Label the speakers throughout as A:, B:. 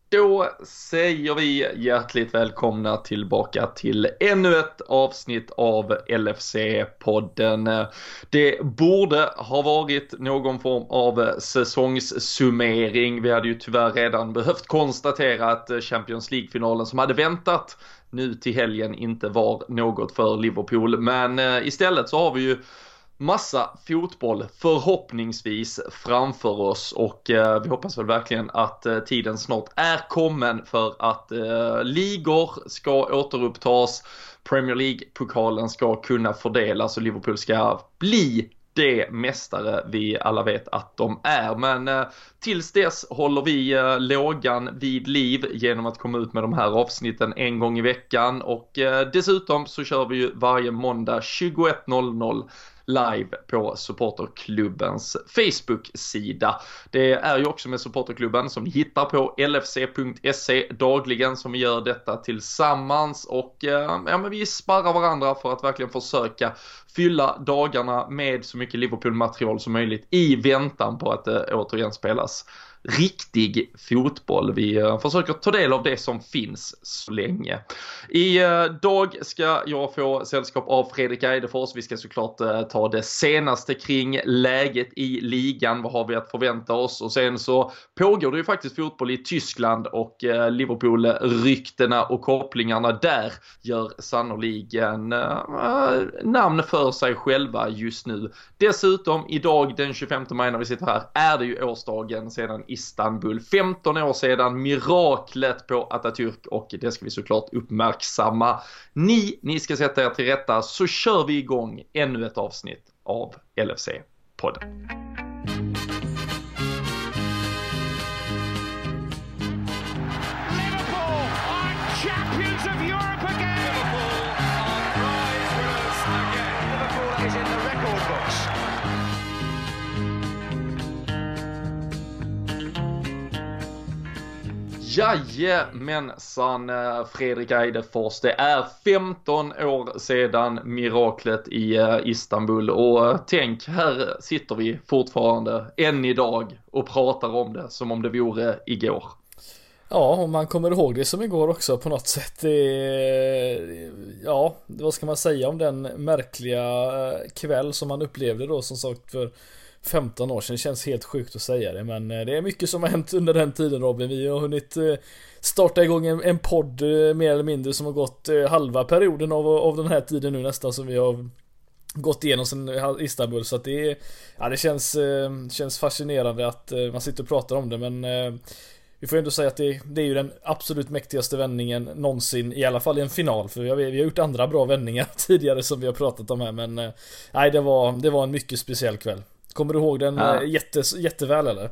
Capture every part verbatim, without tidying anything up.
A: Då säger vi hjärtligt välkomna tillbaka till ännu ett avsnitt av L F C-podden. Det borde ha varit någon form av säsongssummering. Vi hade ju tyvärr redan behövt konstatera att Champions League-finalen som hade väntat nu till helgen inte var något för Liverpool. Men istället så har vi ju massa fotboll förhoppningsvis framför oss och eh, vi hoppas väl verkligen att eh, tiden snart är kommen för att eh, ligor ska återupptas, Premier League-pokalen ska kunna fördelas och Liverpool ska bli det mästare vi alla vet att de är. Men eh, tills dess håller vi eh, lågan vid liv genom att komma ut med de här avsnitten en gång i veckan och eh, dessutom så kör vi ju varje måndag tjugoett noll noll live på supporterklubbens Facebook-sida. Det är ju också med supporterklubben som ni hittar på l f c punkt se dagligen som vi gör detta tillsammans och ja, men vi sparrar varandra för att verkligen försöka fylla dagarna med så mycket Liverpool-material som möjligt i väntan på att det återigen spelas riktig fotboll. Vi uh, försöker ta del av det som finns så länge. Idag uh, ska jag få sällskap av Fredrik Eidefors. Vi ska såklart uh, ta det senaste kring läget i ligan. Vad har vi att förvänta oss? Och sen så pågår det ju faktiskt fotboll i Tyskland och uh, Liverpool-ryktena och kopplingarna där gör sannoliken uh, namn för sig själva just nu. Dessutom idag den tjugofemte maj när vi sitter här är det ju årsdagen sedan Istanbul. femton år sedan, miraklet på Atatürk och det ska vi såklart uppmärksamma. Ni, ni ska sätta er till rätta så kör vi igång ännu ett avsnitt av L F C-podden. Jajamensan, Fredrik Eidefors. Det är femton år sedan miraklet i Istanbul och tänk, här sitter vi fortfarande än idag och pratar om det som om det vore igår.
B: Ja, och man kommer ihåg det som igår också på något sätt. Det, ja, vad ska man säga om den märkliga kväll som man upplevde då, som sagt, för femton år sedan. Det känns helt sjukt att säga det, men det är mycket som har hänt under den tiden, Robin. Vi har hunnit starta igång en, en podd mer eller mindre som har gått halva perioden av, av den här tiden nu nästan, som vi har gått igenom sen Istanbul, så att det är, ja, det känns, känns fascinerande att man sitter och pratar om det, men vi får ändå säga att det, det är ju den absolut mäktigaste vändningen någonsin, i alla fall i en final, för vi har, vi har gjort andra bra vändningar tidigare som vi har pratat om här, men nej, det var, det var en mycket speciell kväll. Kommer du ihåg den ja. jätte, jätteväl eller?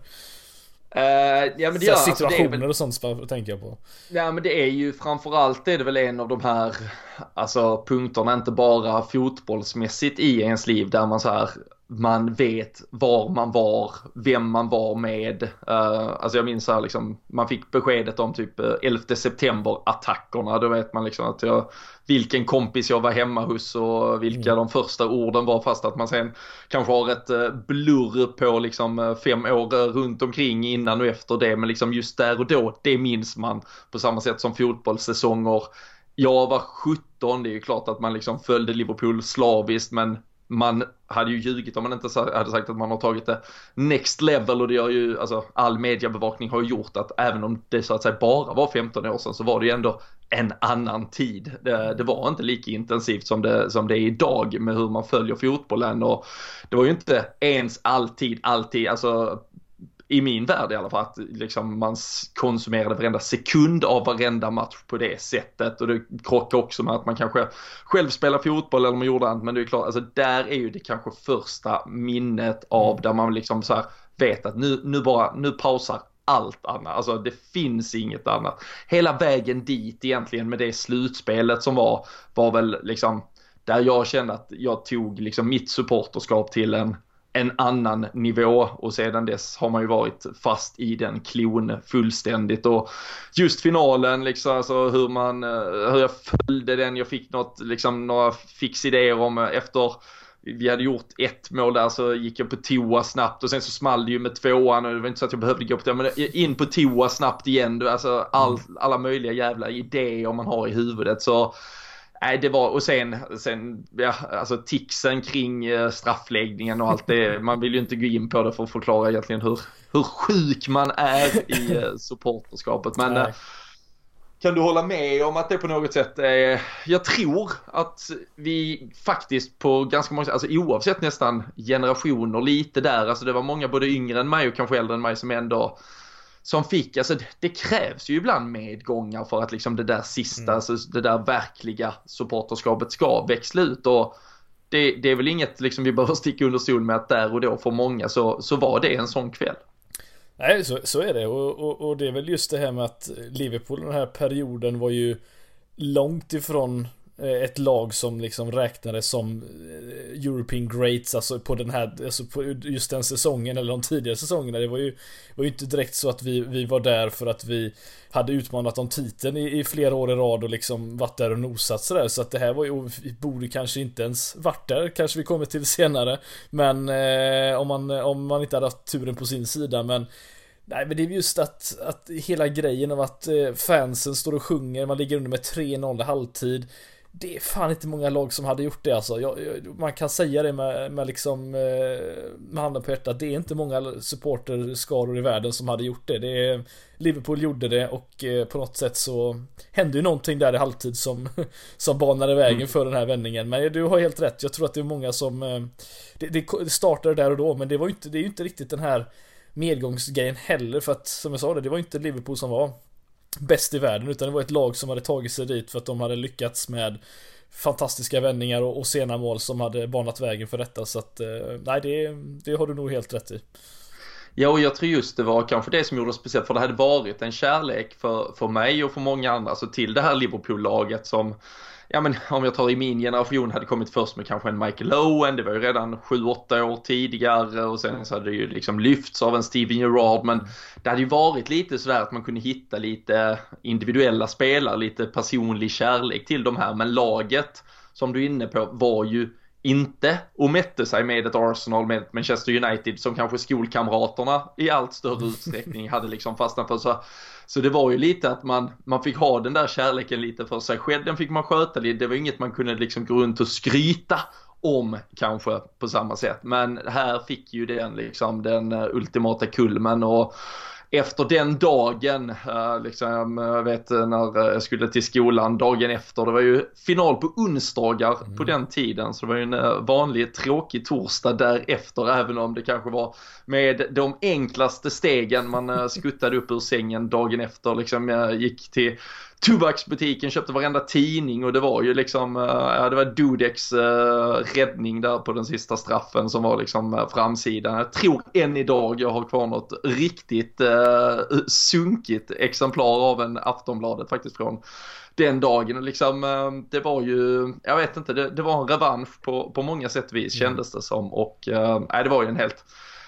A: Uh, ja, men det gör,
B: situationer
A: alltså, det är,
B: och sånt tänker jag på.
A: Ja, men det är ju framförallt är det väl en av de här alltså punkterna, inte bara fotbollsmässigt i ens liv, där man så här, man vet var man var, vem man var med. Uh, alltså jag minns här liksom, man fick beskedet om typ elfte september-attackerna. Då vet man liksom att jag, vilken kompis jag var hemma hos och vilka mm. de första orden var, fast att man sen kanske har ett blurr på liksom fem år runt omkring innan och efter det. Men liksom just där och då, det minns man på samma sätt som fotbollssäsonger. Jag var sjutton, det är ju klart att man liksom följde Liverpool slaviskt, men man hade ju ljugit om man inte hade sagt att man har tagit det next level, och det gör ju, alltså all mediebevakning har ju gjort att även om det så att säga bara var femton år sedan, så var det ju ändå en annan tid. Det, det var inte lika intensivt som det, som det är idag med hur man följer fotbollen, och det var ju inte ens alltid, alltid, alltså i min värld i alla fall, att liksom man konsumerade varenda sekund av varenda match på det sättet, och det krockar också med att man kanske själv spelar fotboll eller man gjorde annat, men det är klart, alltså där är ju det kanske första minnet av där man liksom så här vet att nu, nu bara, nu pausar allt annat, alltså det finns inget annat. Hela vägen dit egentligen med det slutspelet som var, var väl liksom där jag kände att jag tog liksom mitt supporterskap till en en annan nivå, och sedan dess har man ju varit fast i den klon fullständigt, och just finalen liksom, alltså hur man hur jag följde den, jag fick något liksom några fix idéer om efter vi hade gjort ett mål där, så gick jag på toa snabbt och sen så small det ju med tvåan och det var inte så att jag behövde gå på toa, men in på toa snabbt igen, alltså all, alla möjliga jävla idéer man har i huvudet. Så nej, det var, och sen, sen ja, alltså tixen kring straffläggningen och allt det, man vill ju inte gå in på det för att förklara egentligen hur, hur sjuk man är i supporterskapet, men nej. Kan du hålla med om att det på något sätt är, jag tror att vi faktiskt på ganska många, alltså oavsett nästan generationer lite där, alltså det var många både yngre än mig och kanske äldre än mig som ändå som fick, alltså det krävs ju ibland medgångar för att liksom det där sista, mm. alltså det där verkliga supporterskapet ska växla ut, och det, det är väl inget liksom vi behöver sticka under stol med att där och då för många så, så var det en sån kväll.
B: Nej, så, så är det, och, och, och det är väl just det här med att Liverpool den här perioden var ju långt ifrån ett lag som liksom räknades som European Greats, alltså på den här, alltså på just den säsongen eller de tidigare säsongerna. Det var ju, var ju inte direkt så att vi, vi var där för att vi hade utmanat om titeln i, i flera år i rad och liksom varit där och nosat sådär, så att det här var ju, vi borde kanske inte ens varit där, kanske vi kommer till senare, men eh, om, man, om man inte hade haft turen på sin sida, men nej, men det är just att, att hela grejen av att eh, fansen står och sjunger, man ligger under med tre noll i halvtid. Det är fan inte många lag som hade gjort det alltså. Jag, jag, man kan säga det med, med liksom med handen på hjärtat. Det är inte många supporterskaror i världen som hade gjort det. Det är, Liverpool gjorde det, och på något sätt så hände ju någonting där i halvtid som, som banade vägen mm. för den här vändningen. Men du har helt rätt. Jag tror att det är många som det, det startade där och då, men det var ju inte, det är ju inte riktigt den här medgångsgrejen heller, för att som jag sa det, det var inte Liverpool som var bäst i världen, utan det var ett lag som hade tagit sig dit för att de hade lyckats med fantastiska vändningar och, och sena mål som hade banat vägen för detta, så att nej, det, det har du nog helt rätt i.
A: Ja, och jag tror just det var kanske det som gjorde det speciellt, för det hade varit en kärlek för, för mig och för många andra, så till det här Liverpool-laget som, ja men om jag tar i min generation, hade kommit först med kanske en Michael Owen, det var ju redan sju åtta år tidigare, och sen så hade det ju liksom lyfts av en Steven Gerrard, men det hade ju varit lite sådär att man kunde hitta lite individuella spelare, lite personlig kärlek till de här, men laget som du är inne på var ju inte och mätte sig med ett Arsenal, med ett Manchester United som kanske skolkamraterna i allt större utsträckning hade liksom fastnat för. Så, så det var ju lite att man, man fick ha den där kärleken lite för sig själv, den fick man sköta lite, det var inget man kunde liksom gå runt och skryta om kanske på samma sätt, men här fick ju den liksom den ultimata kulmen, och efter den dagen, uh, liksom, jag vet när jag skulle till skolan dagen efter, det var ju final på onsdagar mm. på den tiden, så det var ju en uh, vanlig tråkig torsdag därefter, även om det kanske var med de enklaste stegen man uh, skuttade upp ur sängen dagen efter, liksom jag gick till tobaksbutiken, köpte varenda tidning, och det var ju liksom uh, det var Dudeks uh, räddning där på den sista straffen som var liksom uh, framsidan. Jag tror än idag jag har kvar något riktigt uh, sunkigt exemplar av en Aftonbladet faktiskt från den dagen, och liksom uh, det var ju, jag vet inte, det, det var en revansch på, på många sätt och vis kändes det som, och uh, nej, det var ju en helt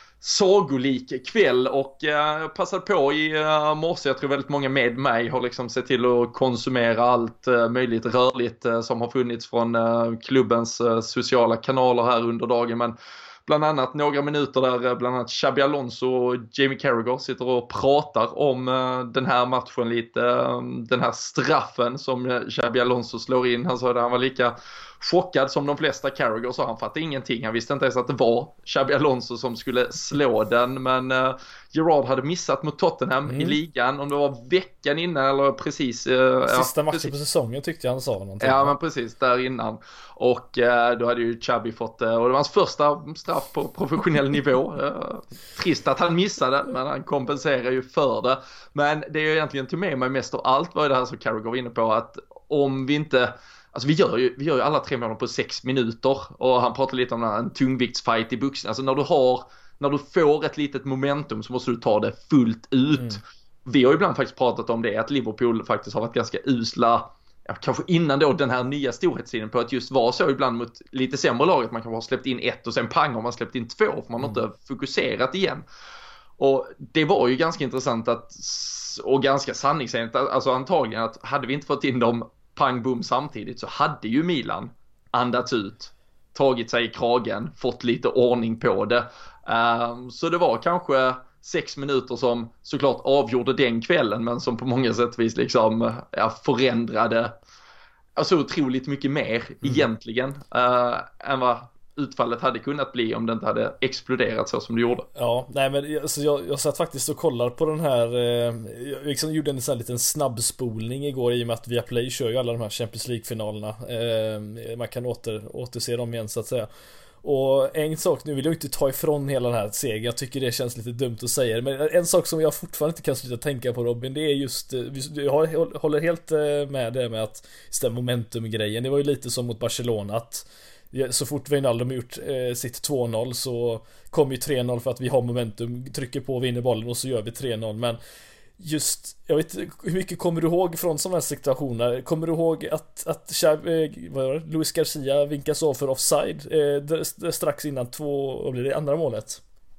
A: sagolik kväll, och jag uh, passade på i uh, morse, jag tror väldigt många med mig har liksom sett till att konsumera allt uh, möjligt rörligt uh, som har funnits från uh, klubbens uh, sociala kanaler här under dagen, men bland annat några minuter där uh, bland annat Xabi Alonso och Jamie Carragher sitter och pratar om uh, den här matchen lite, uh, den här straffen som uh, Xabi Alonso slår in. Han sa att han var lika chockad som de flesta. Carragher sa han fattade ingenting. Han visste inte ens att det var Xabi Alonso som skulle slå den. Men uh, Gerrard hade missat mot Tottenham mm. i ligan. Om det var veckan innan eller precis. Uh,
B: Sista
A: ja,
B: matchen
A: precis.
B: på säsongen tyckte jag han sa någonting.
A: Ja, men precis där innan. Och uh, då hade ju Xabi fått, uh, och det var hans första straff på professionell nivå. Uh, trist att han missade, men han kompenserar ju för det. Men det är ju egentligen till med mig mest av allt var det här som Carragher var inne på, att om vi inte, alltså vi gör ju, vi gör ju alla tre månader på sex minuter, och han pratar lite om en tungviktsfight i boxning. Alltså när du har, när du får ett litet momentum så måste du ta det fullt ut. Mm. Vi har ju ibland faktiskt pratat om det, att Liverpool faktiskt har varit ganska usla, ja, kanske innan då den här nya storhetstiden, på att just vara så ibland mot lite sämre laget. Man kan ha släppt in ett och sen pang har man släppt in två, för man har inte fokuserat igen. Och det var ju ganska intressant att, och ganska sanningsenligt, alltså antagligen att hade vi inte fått in dem pang boom samtidigt så hade ju Milan andats ut tagit sig i kragen, fått lite ordning på det. Uh, så det var kanske sex minuter som såklart avgjorde den kvällen, men som på många sätt vis liksom ja, förändrade alltså otroligt mycket mer mm. egentligen uh, än vad utfallet hade kunnat bli om det inte hade exploderat så som det gjorde.
B: Ja, nej men alltså, jag, jag satt faktiskt och kollar på den här eh, jag liksom gjorde en sån här liten snabbspolning igår i och med att Viaplay kör ju alla de här Champions League-finalerna. Eh, man kan åter, återse dem igen så att säga. Och en sak, nu vill jag inte ta ifrån hela den här segern, jag tycker det känns lite dumt att säga det, men en sak som jag fortfarande inte kan sluta tänka på, Robin, det är just, jag håller helt med det med att just momentum-grejen, det var ju lite som mot Barcelona, att så fort Wijnaldum gjort eh, sitt två noll så kommer ju tre noll för att vi har momentum, trycker på, vinner bollen och så gör vi tre noll. Men just, jag vet hur mycket kommer du ihåg från sådana här situationer? Kommer du ihåg att, att eh, vad var det? Luis Garcia vinkas av för offside eh, strax innan två, vad blir det, andra målet?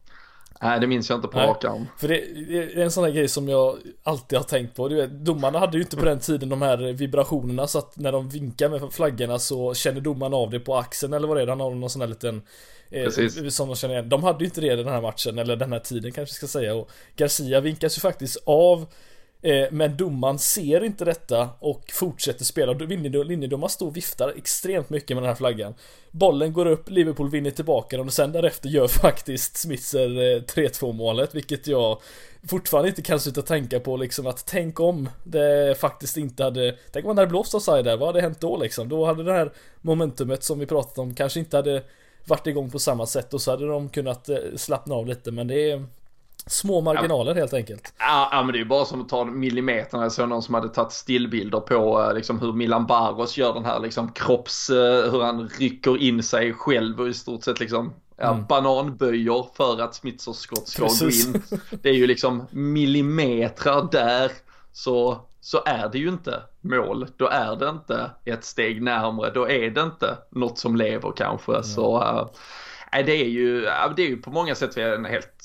A: Nej, det minns jag inte på rak arm.
B: För det, det är en sån här grej som jag alltid har tänkt på. Du vet, domarna hade ju inte på den tiden de här vibrationerna, så att när de vinkar med flaggorna så känner domaren av det på axeln eller vad det är. Han har någon sån här liten eh, som de känner igen. De hade ju inte det den här matchen, eller den här tiden kanske ska säga. Och Garcia vinkas ju faktiskt av, eh, men domaren ser inte detta och fortsätter spela. Linjedomaren står och viftar extremt mycket med den här flaggan. Bollen går upp, Liverpool vinner tillbaka och sen därefter gör faktiskt Smitser tre två målet, vilket jag fortfarande inte kan sluta tänka på liksom, att tänk om det faktiskt inte hade, tänk om man hade blåst offside där, vad hade hänt då liksom? Då hade det här momentumet som vi pratat om kanske inte hade varit igång på samma sätt och så hade de kunnat slappna av lite, men det är små marginaler ja, helt enkelt.
A: Ja, ja, men det är ju bara som att ta millimeterna. Jag såg någon som hade tagit stillbilder på liksom, hur Milan Baros gör den här liksom, kropps, hur han rycker in sig själv och i stort sett liksom, ja, mm. bananböjer för att Smitzers skott ska Precis. gå in. Det är ju liksom millimeter där, så, så är det ju inte mål. Då är det inte ett steg närmare. Då är det inte något som lever kanske. Mm. Så äh, det, är ju, det är ju på många sätt en helt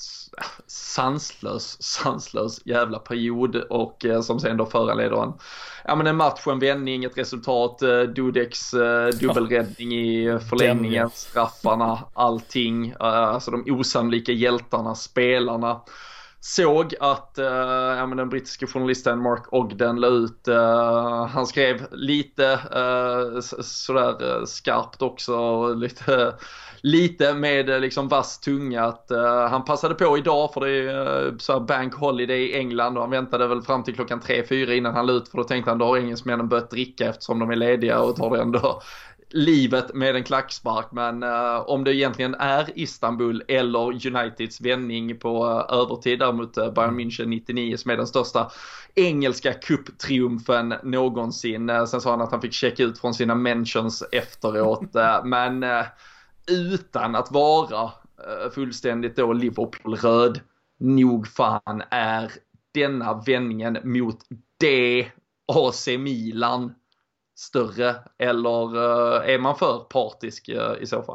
A: sanslös, sanslös jävla period, och eh, som sen då föranleder en, ja, men en match, en vändning, ett resultat, eh, Dudeks eh, dubbelräddning i förlängningen, straffarna, allting, eh, alltså de osannolika hjältarna, spelarna. Såg att eh, ja, men den brittiska journalisten Mark Ogden la ut, eh, han skrev lite eh, sådär eh, skarpt också, lite Lite med liksom vass tunga att uh, han passade på idag för det är uh, så här bank holiday i England, och han väntade väl fram till klockan tre fyra innan han la ut, för då tänkte han då har engelsmännen börjat dricka eftersom de är lediga och tar det ändå livet med en klackspark. Men uh, om det egentligen är Istanbul eller Uniteds vändning på uh, övertid där mot uh, Bayern München nittionio som är den största engelska cuptriumfen någonsin. Uh, sen sa han att han fick checka ut från sina mentions efteråt, uh, men uh, utan att vara uh, fullständigt då Liverpool-röd, nog fan är denna vändningen mot det A C Milan större, eller uh, är man för partisk uh, i så fall?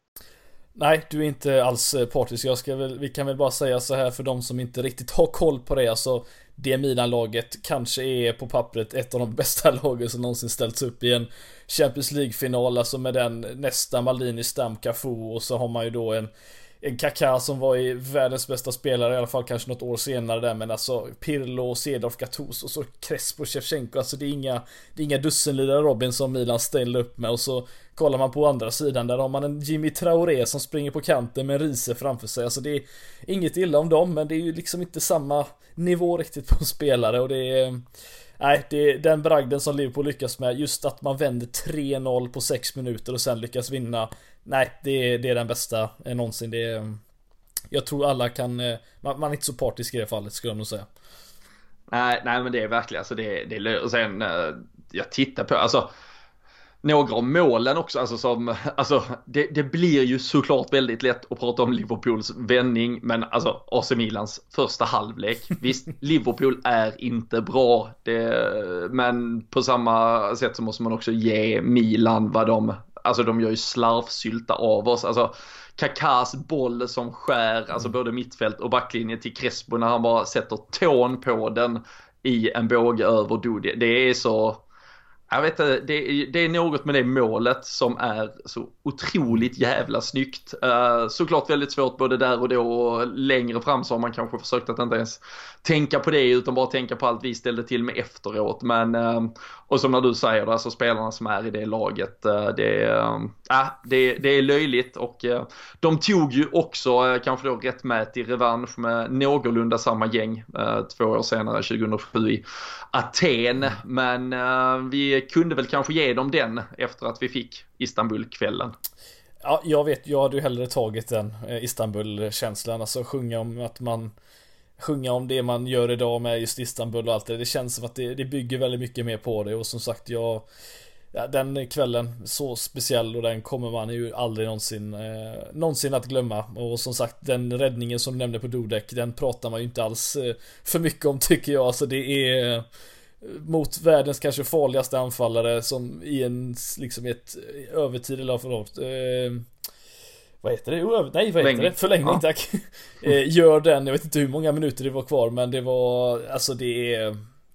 B: Nej, du är inte alls partisk. Jag ska väl, vi kan väl bara säga så här för de som inte riktigt har koll på det, alltså det Milan-laget kanske är på pappret ett av de bästa lagen som någonsin ställts upp i en Champions League-final, alltså med den nästa Maldini, Stam, Cafu, och så har man ju då en en Kaká som var i världens bästa spelare, i alla fall kanske något år senare där, men alltså Pirlo, Seedorf, Gattuso och så Crespo, Shevchenko, alltså det är inga det är inga dussinlirare Robin som Milan ställer upp med. Och så kollar man på andra sidan, där har man en Jimmy Traoré som springer på kanten med Riise framför sig. Alltså det är inget illa om dem, men det är ju liksom inte samma nivå riktigt på spelare, och det är nej, det är den bragden som Liverpool lyckas med, just att man vänder tre noll på sex minuter och sen lyckas vinna. Nej, det är, det är den bästa någonsin. Det är, jag tror alla kan, man, man är inte så partisk i det fallet, skulle jag nog säga.
A: Nej, nej men det är verkligen, alltså det, det, och sen jag tittar på, alltså några av målen också, alltså som, alltså det, det blir ju såklart väldigt lätt att prata om Liverpools vändning, men alltså A C Milans första halvlek, visst, Liverpool är inte bra, det, men på samma sätt så måste man också ge Milan vad de, alltså de gör ju slarvsylta av oss, alltså Kakas boll som skär, alltså både mittfält och backlinje till Crespo när han bara sätter tån på den i en båge över Dodi, det är så. Jag vet inte, det, det är något med det målet som är så otroligt jävla snyggt. Uh, såklart väldigt svårt både där och då, och längre fram så har man kanske försökt att inte ens tänka på det utan bara tänka på allt vi ställde till med efteråt. Men, uh, och som när du säger, alltså spelarna som är i det laget, uh, det, uh, det, det är löjligt. Och uh, de tog ju också uh, kanske då rättmätig revansch med någorlunda samma gäng uh, två år senare, tjugohundrasju i Aten. Men uh, vi kunde väl kanske ge dem den efter att vi fick Istanbul-kvällen.
B: Ja, jag vet, jag hade ju hellre tagit den Istanbul-känslan, alltså sjunga om att man sjunga om det man gör idag med just Istanbul och allt det. Det känns som att det, det bygger väldigt mycket mer på det, och som sagt, jag ja, den kvällen så speciell, och den kommer man ju aldrig någonsin eh, någonsin att glömma. Och som sagt, den räddningen som du nämnde på Dudek, den pratar man ju inte alls eh, för mycket om, tycker jag. Alltså det är mot världens kanske farligaste anfallare som i en liksom ett övertid eller förlåt eh, vad heter det? Över, nej, vad heter det? Förlängning, ja. Tack. eh, gör den, jag vet inte hur många minuter det var kvar, men det var, alltså det är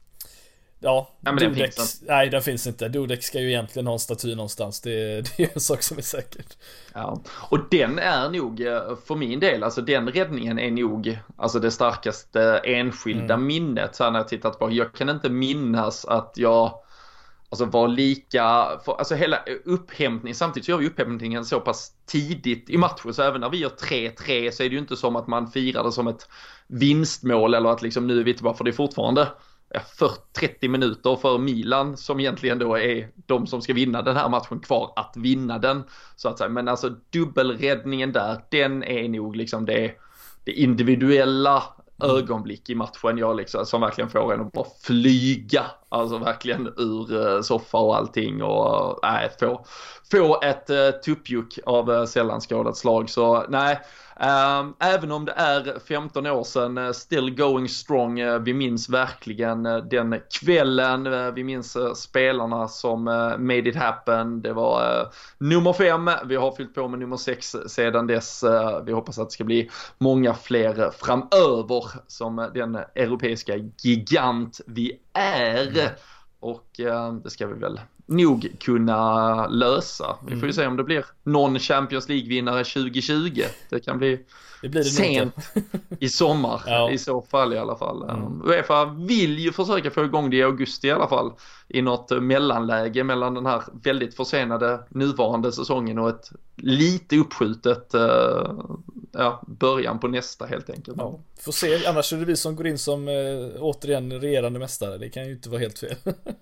B: ja,
A: ja men
B: Dudek,
A: den finns
B: nej, den finns inte. Dudek ska ju egentligen ha en staty någonstans. Det, det är en sak som är säkert.
A: Ja, och den är nog för min del, alltså den räddningen är nog alltså det starkaste enskilda mm. minnet så när jag tittat på. Jag kan inte minnas att jag alltså var lika för, alltså hela upphämtning, samtidigt så gör vi upphämtningen så pass tidigt i matchen, så även när vi gör tre tre så är det ju inte som att man firar det som ett vinstmål eller att liksom nu är vi tillbaka, för det är fortfarande för trettio minuter för Milan som egentligen då är de som ska vinna den här matchen kvar att vinna den, så att säga. Men alltså dubbelräddningen där, den är nog liksom det, det individuella ögonblick i matchen jag liksom, som verkligen får en att bara flyga, alltså verkligen ur uh, soffa och allting, och nej, uh, få, få ett uh, tuppjuck av uh, sällan skådat slag. Så nej, uh, även om det är femton år sedan, uh, still going strong. Uh, vi minns verkligen uh, den kvällen, uh, vi minns uh, spelarna som uh, made it happen. Det var uh, nummer fem, vi har fyllt på med nummer sex sedan dess. Uh, vi hoppas att det ska bli många fler framöver som uh, den europeiska gigant vi är. Mm. Och uh, det ska vi väl nog kunna lösa. Vi får ju se om det blir någon Champions League-vinnare tjugo tjugo. Det kan bli
B: det blir det
A: sent i sommar ja. I så fall i alla fall. Mm. UEFA vill ju försöka få igång det i augusti i alla fall, i något mellanläge mellan den här väldigt försenade nuvarande säsongen och ett lite uppskjutet uh, ja, början på nästa helt enkelt.
B: Ja, får se, annars är det vi som går in som uh, återigen regerande mästare. Det kan ju inte vara helt fel.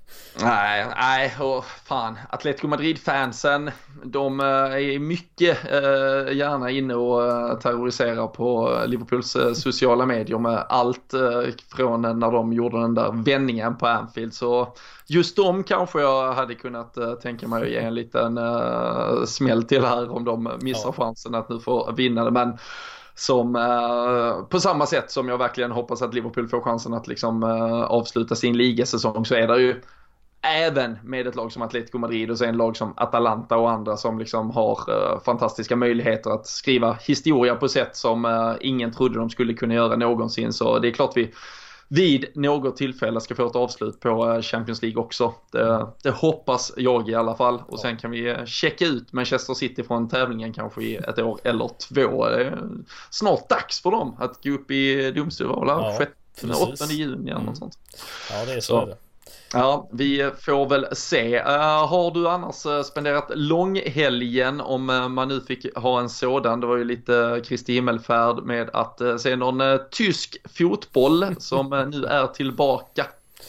A: nej, nej, och fan, Atletico Madrid-fansen, de uh, är mycket uh, gärna inne och uh, terroriserar på Liverpools uh, sociala medier med allt uh, från när de gjorde den där vändningen på Anfield. Så just de kanske jag hade kunnat uh, tänka mig att ge en liten uh, smäll till här om de missar ja. chansen att nu få vinna det. Men som uh, på samma sätt som jag verkligen hoppas att Liverpool får chansen att liksom uh, avsluta sin ligasäsong, så är det ju även med ett lag som Atletico Madrid och sen lag som Atalanta och andra som liksom har uh, fantastiska möjligheter att skriva historia på sätt som uh, ingen trodde de skulle kunna göra någonsin. Så det är klart vi vid något tillfälle ska få ett avslut på Champions League också. Det, det hoppas jag i alla fall. Och sen kan vi checka ut Manchester City från tävlingen kanske i ett år eller två. Det är snart dags för dem att gå upp i domstol. Ja, åttonde juni eller något sånt.
B: Ja, det är så, så. Är det.
A: Ja, vi får väl se. Uh, har du annars uh, spenderat långhelgen, om uh, man nu fick ha en sådan? Det var ju lite Kristi himmelfärd med att uh, se någon uh, tysk fotboll som uh, nu är tillbaka.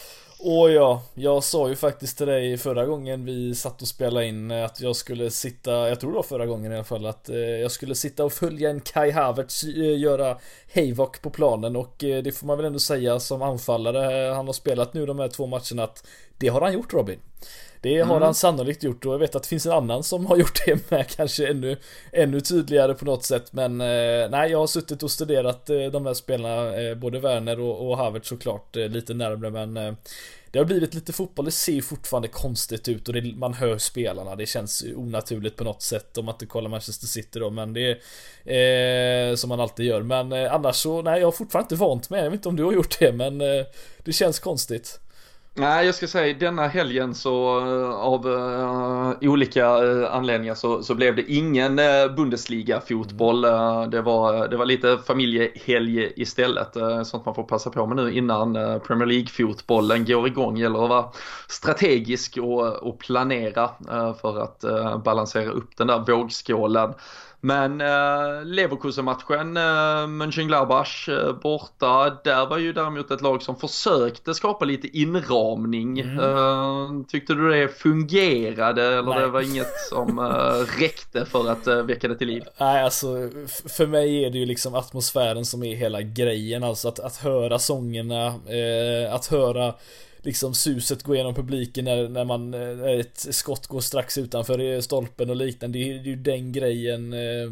B: Åh ja, jag sa ju faktiskt till dig förra gången vi satt och spelade in att jag skulle sitta, jag tror det var förra gången i alla fall, att eh, jag skulle sitta och följa en Kai Havertz eh, göra hejvak på planen, och eh, det får man väl ändå säga som anfallare, han har spelat nu de här två matcherna, att det har han gjort, Robin. Det har mm. han sannolikt gjort, och jag vet att det finns en annan som har gjort det med, kanske ännu, ännu tydligare på något sätt. Men eh, nej, jag har suttit och studerat eh, de här spelarna, eh, både Werner och, och Havertz såklart, eh, lite närmare, men eh, det har blivit lite fotboll. Det ser fortfarande konstigt ut, och det, man hör spelarna, det känns onaturligt på något sätt om man inte kollar Manchester City då, men det är eh, som man alltid gör. Men eh, annars så, nej, jag har fortfarande inte vant med, jag vet inte om du har gjort det, men eh, det känns konstigt.
A: Nej, jag ska säga denna helgen så av uh, olika uh, anledningar så, så blev det ingen uh, Bundesliga-fotboll. Uh, det, var, det var lite familjehelg istället. Uh, sånt man får passa på med nu innan uh, Premier League-fotbollen går igång. Gäller att vara strategisk och, och planera uh, för att uh, balansera upp den där vågskålen. Men eh, Leverkusen-matchen, eh, Mönchengladbach eh, borta, där var ju däremot ett lag som försökte skapa lite inramning. Mm. Eh, tyckte du det fungerade eller Nej. Det var inget som eh, räckte för att eh, väcka det till liv?
B: Nej, alltså för mig är det ju liksom atmosfären som är hela grejen. Alltså att, att höra sångerna, eh, att höra liksom suset gå igenom publiken när, när man när ett skott går strax utanför stolpen och liknande. Det är, det är ju den grejen eh,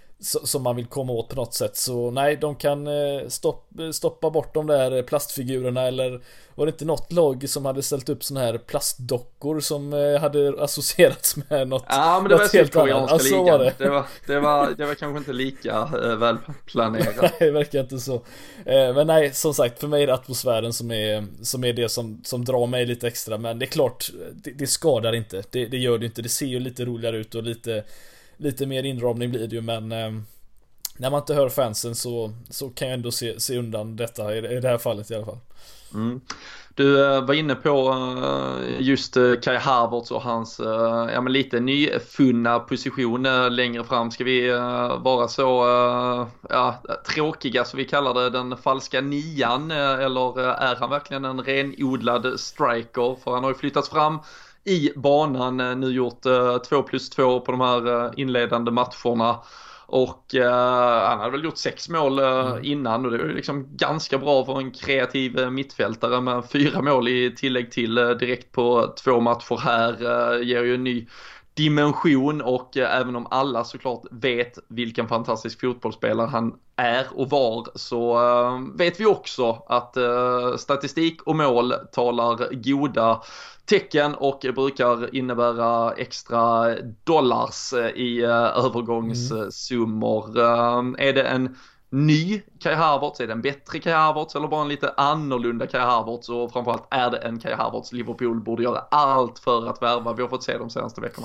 B: som man vill komma åt på något sätt. Så nej, de kan eh, stopp, stoppa bort de där plastfigurerna. Eller var det inte något lag som hade ställt upp såna här plastdockor som eh, hade associerats med något?
A: Ja, men det var sydkoreanska
B: alltså,
A: ligan.
B: Var det.
A: Det, var, det, var, det var kanske inte lika eh, välplanerat.
B: Nej, det verkar inte så. Eh, men nej, som sagt, för mig är det atmosfären som är, som är det som, som drar mig lite extra. Men det är klart, det, det skadar inte. Det, det gör det inte. Det ser ju lite roligare ut och lite Lite mer inramning blir det ju, men eh, när man inte hör fansen så, så kan jag ändå se, se undan detta i, i det här fallet i alla fall.
A: Mm. Du eh, var inne på eh, just eh, Kai Havertz och hans eh, ja, men lite nyfunna position eh, längre fram. Ska vi eh, vara så eh, ja, tråkiga så vi kallar det den falska nian eh, eller eh, är han verkligen en renodlad striker? För han har ju flyttats fram i banan, nu gjort uh, två plus två på de här uh, inledande matcherna och uh, han hade väl gjort sex mål uh, mm. innan och det är ju liksom ganska bra för en kreativ uh, mittfältare med fyra mål i tillägg till uh, direkt på två matcher här uh, ger ju en ny dimension och uh, även om alla såklart vet vilken fantastisk fotbollsspelare han är och var så uh, vet vi också att uh, statistik och mål talar goda tecken och brukar innebära extra dollars i uh, övergångssummor. Mm. Uh, är det en ny Kai Havertz? Är det en bättre Kai Havertz eller bara en lite annorlunda Kai Havertz? Och framförallt är det en Kai Havertz Liverpool borde göra allt för att värva? Vi har fått se de senaste veckorna.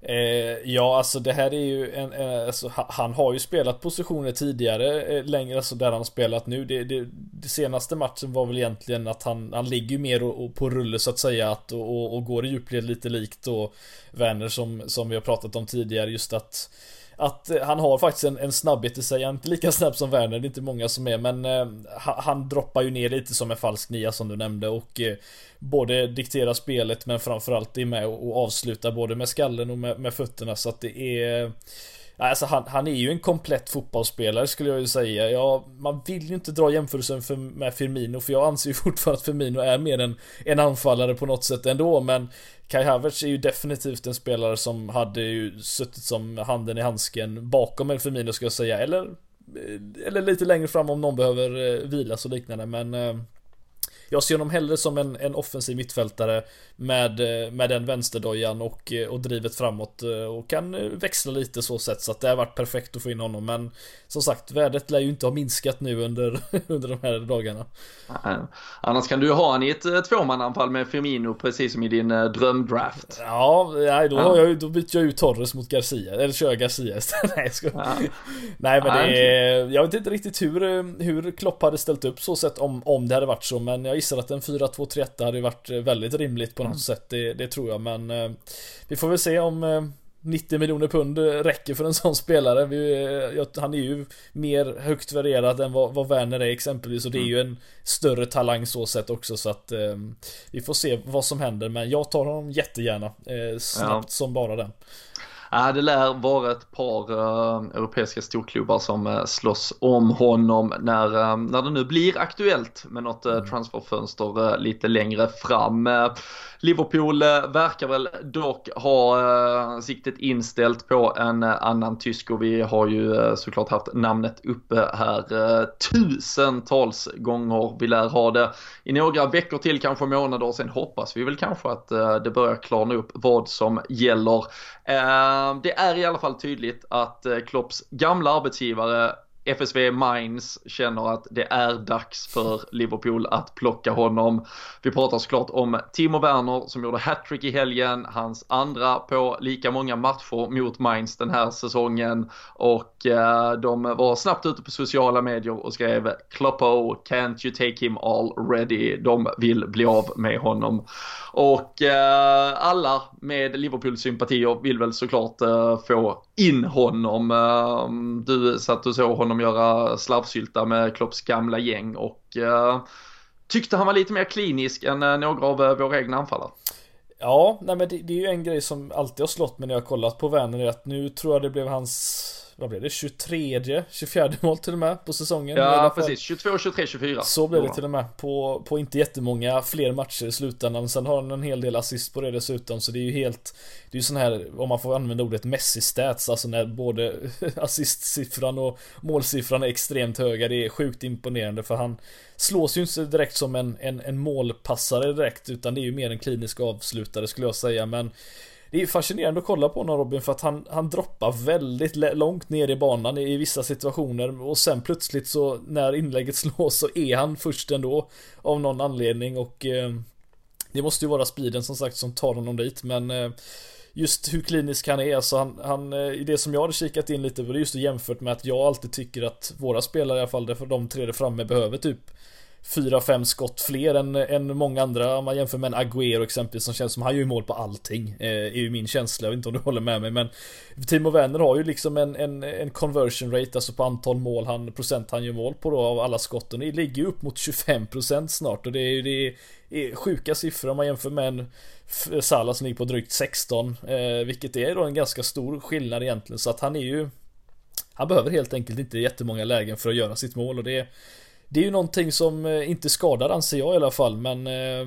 B: Eh, ja, alltså det här är ju en, eh, alltså, han har ju spelat positioner tidigare eh, längre, alltså där han har spelat nu. Det, det, det senaste matchen var väl egentligen att han, han ligger mer och, och på rulle så att säga att, och, och, och går i djupled lite likt och Werner som, som vi har pratat om tidigare, just att Att han har faktiskt en, en snabbhet i sig. Han är inte lika snabb som Werner, det är inte många som är. Men eh, han droppar ju ner lite som en falsk nia som du nämnde. Och eh, både dikterar spelet men framförallt är med och, och avslutar både med skallen och med, med fötterna. Så att det är... Alltså han, han är ju en komplett fotbollsspelare skulle jag ju säga. Ja, man vill ju inte dra jämförelsen för, med Firmino, för jag anser ju fortfarande att Firmino är mer en, en anfallare på något sätt ändå. Men Kai Havertz är ju definitivt en spelare som hade ju suttit som handen i handsken bakom en Firmino ska jag säga. Eller, eller lite längre fram om någon behöver vila och liknande. Men jag ser honom hellre som en, en offensiv mittfältare med, med den vänsterdojan och, och drivet framåt och kan växla lite så sätt, så att det har varit perfekt att få in honom. Men som sagt, värdet lär ju inte ha minskat nu under, under de här dagarna.
A: Nej. Annars kan du ha han i ett tvåmananfall med Firmino precis som i din drömdraft.
B: Ja, nej, då, ja. Har jag, då byter jag ut Torres mot Garcia. Eller kör jag Garcia istället. Nej, jag ska... ja. Nej, men det är, jag vet inte riktigt hur, hur Klopp hade ställt upp så sätt om, om det hade varit så. Men jag gissar att en fyra två tre ett hade varit väldigt rimligt på något mm. sätt, det, det tror jag. Men eh, vi får väl se om eh, nittio miljoner pund räcker för en sån spelare. Vi, eh, han är ju mer högt värderad än vad, vad Werner är exempelvis, och det är ju en större talang så sätt också, så att eh, vi får se vad som händer. Men jag tar honom jättegärna eh, snabbt ja. som bara den.
A: Ja, det lär vara ett par uh, europeiska storklubbar som uh, slåss om honom när, uh, när det nu blir aktuellt med något uh, transferfönster uh, lite längre fram. Uh, Liverpool uh, verkar väl dock ha uh, siktet inställt på en uh, annan tysk, och vi har ju uh, såklart haft namnet uppe här uh, tusentals gånger. Vi lär ha det i några veckor till, kanske månader, och sen hoppas vi väl kanske att uh, det börjar klarna upp vad som gäller. Uh, det är i alla fall tydligt att uh, Klopps gamla arbetsgivare F S V Mainz känner att det är dags för Liverpool att plocka honom. Vi pratar såklart om Timo Werner som gjorde hattrick i helgen, hans andra på lika många matcher mot Mainz den här säsongen, och eh, de var snabbt ute på sociala medier och skrev Kloppo, can't you take him already? De vill bli av med honom. Och eh, alla med Liverpool-sympatier vill väl såklart eh, få in honom. Eh, du satt och såg honom göra slarvsylta med Klopps gamla gäng och eh, tyckte han var lite mer klinisk än eh, några av eh, våra egna anfallare.
B: Ja, nej men det, det är ju en grej som alltid har slått mig när jag har kollat på Werner, är att nu tror jag det blev hans, vad blev det, tjugotredje, tjugofjärde mål till och med på säsongen.
A: Ja, precis, tjugotvå, tjugotre, tjugofyra.
B: Så blev det till och med på, på inte jättemånga fler matcher i slutändan. Sen har han en hel del assist på det dessutom, så det är ju helt, det är ju sån här, om man får använda ordet Messi-stats, alltså när både assistsiffran och målsiffran är extremt höga. Det är sjukt imponerande, för han slås ju inte direkt som en, en, en målpassare direkt, utan det är ju mer en klinisk avslutare skulle jag säga. Men det är fascinerande att kolla på honom, Robin, för att han, han droppar väldigt långt ner i banan i vissa situationer, och sen plötsligt så när inlägget slås så är han först ändå av någon anledning, och eh, det måste ju vara speeden som sagt som tar honom dit. Men eh, just hur klinisk han är, alltså han, han, i det som jag hade kikat in lite på, det är just jämfört med att jag alltid tycker att våra spelare, i alla fall därför de tre där framme, behöver typ fyra, fem skott fler än, än många andra. Om man jämför med en Agüero exempelvis, som känns som han gör ju mål på allting, eh, är ju min känsla. Jag vet inte om du håller med mig, men Timo Werner har ju liksom en, en, en conversion rate, alltså på antal mål han, procent han gör mål på då, av alla skotten. Det ligger ju upp mot tjugofem procent snart, och det är ju det är sjuka siffror om man jämför med en Salah som ligger på drygt sexton, eh, vilket är då en ganska stor skillnad egentligen. Så att han är ju, han behöver helt enkelt inte jättemånga lägen för att göra sitt mål, och det är Det är ju någonting som inte skadar, anser jag i alla fall. Men eh,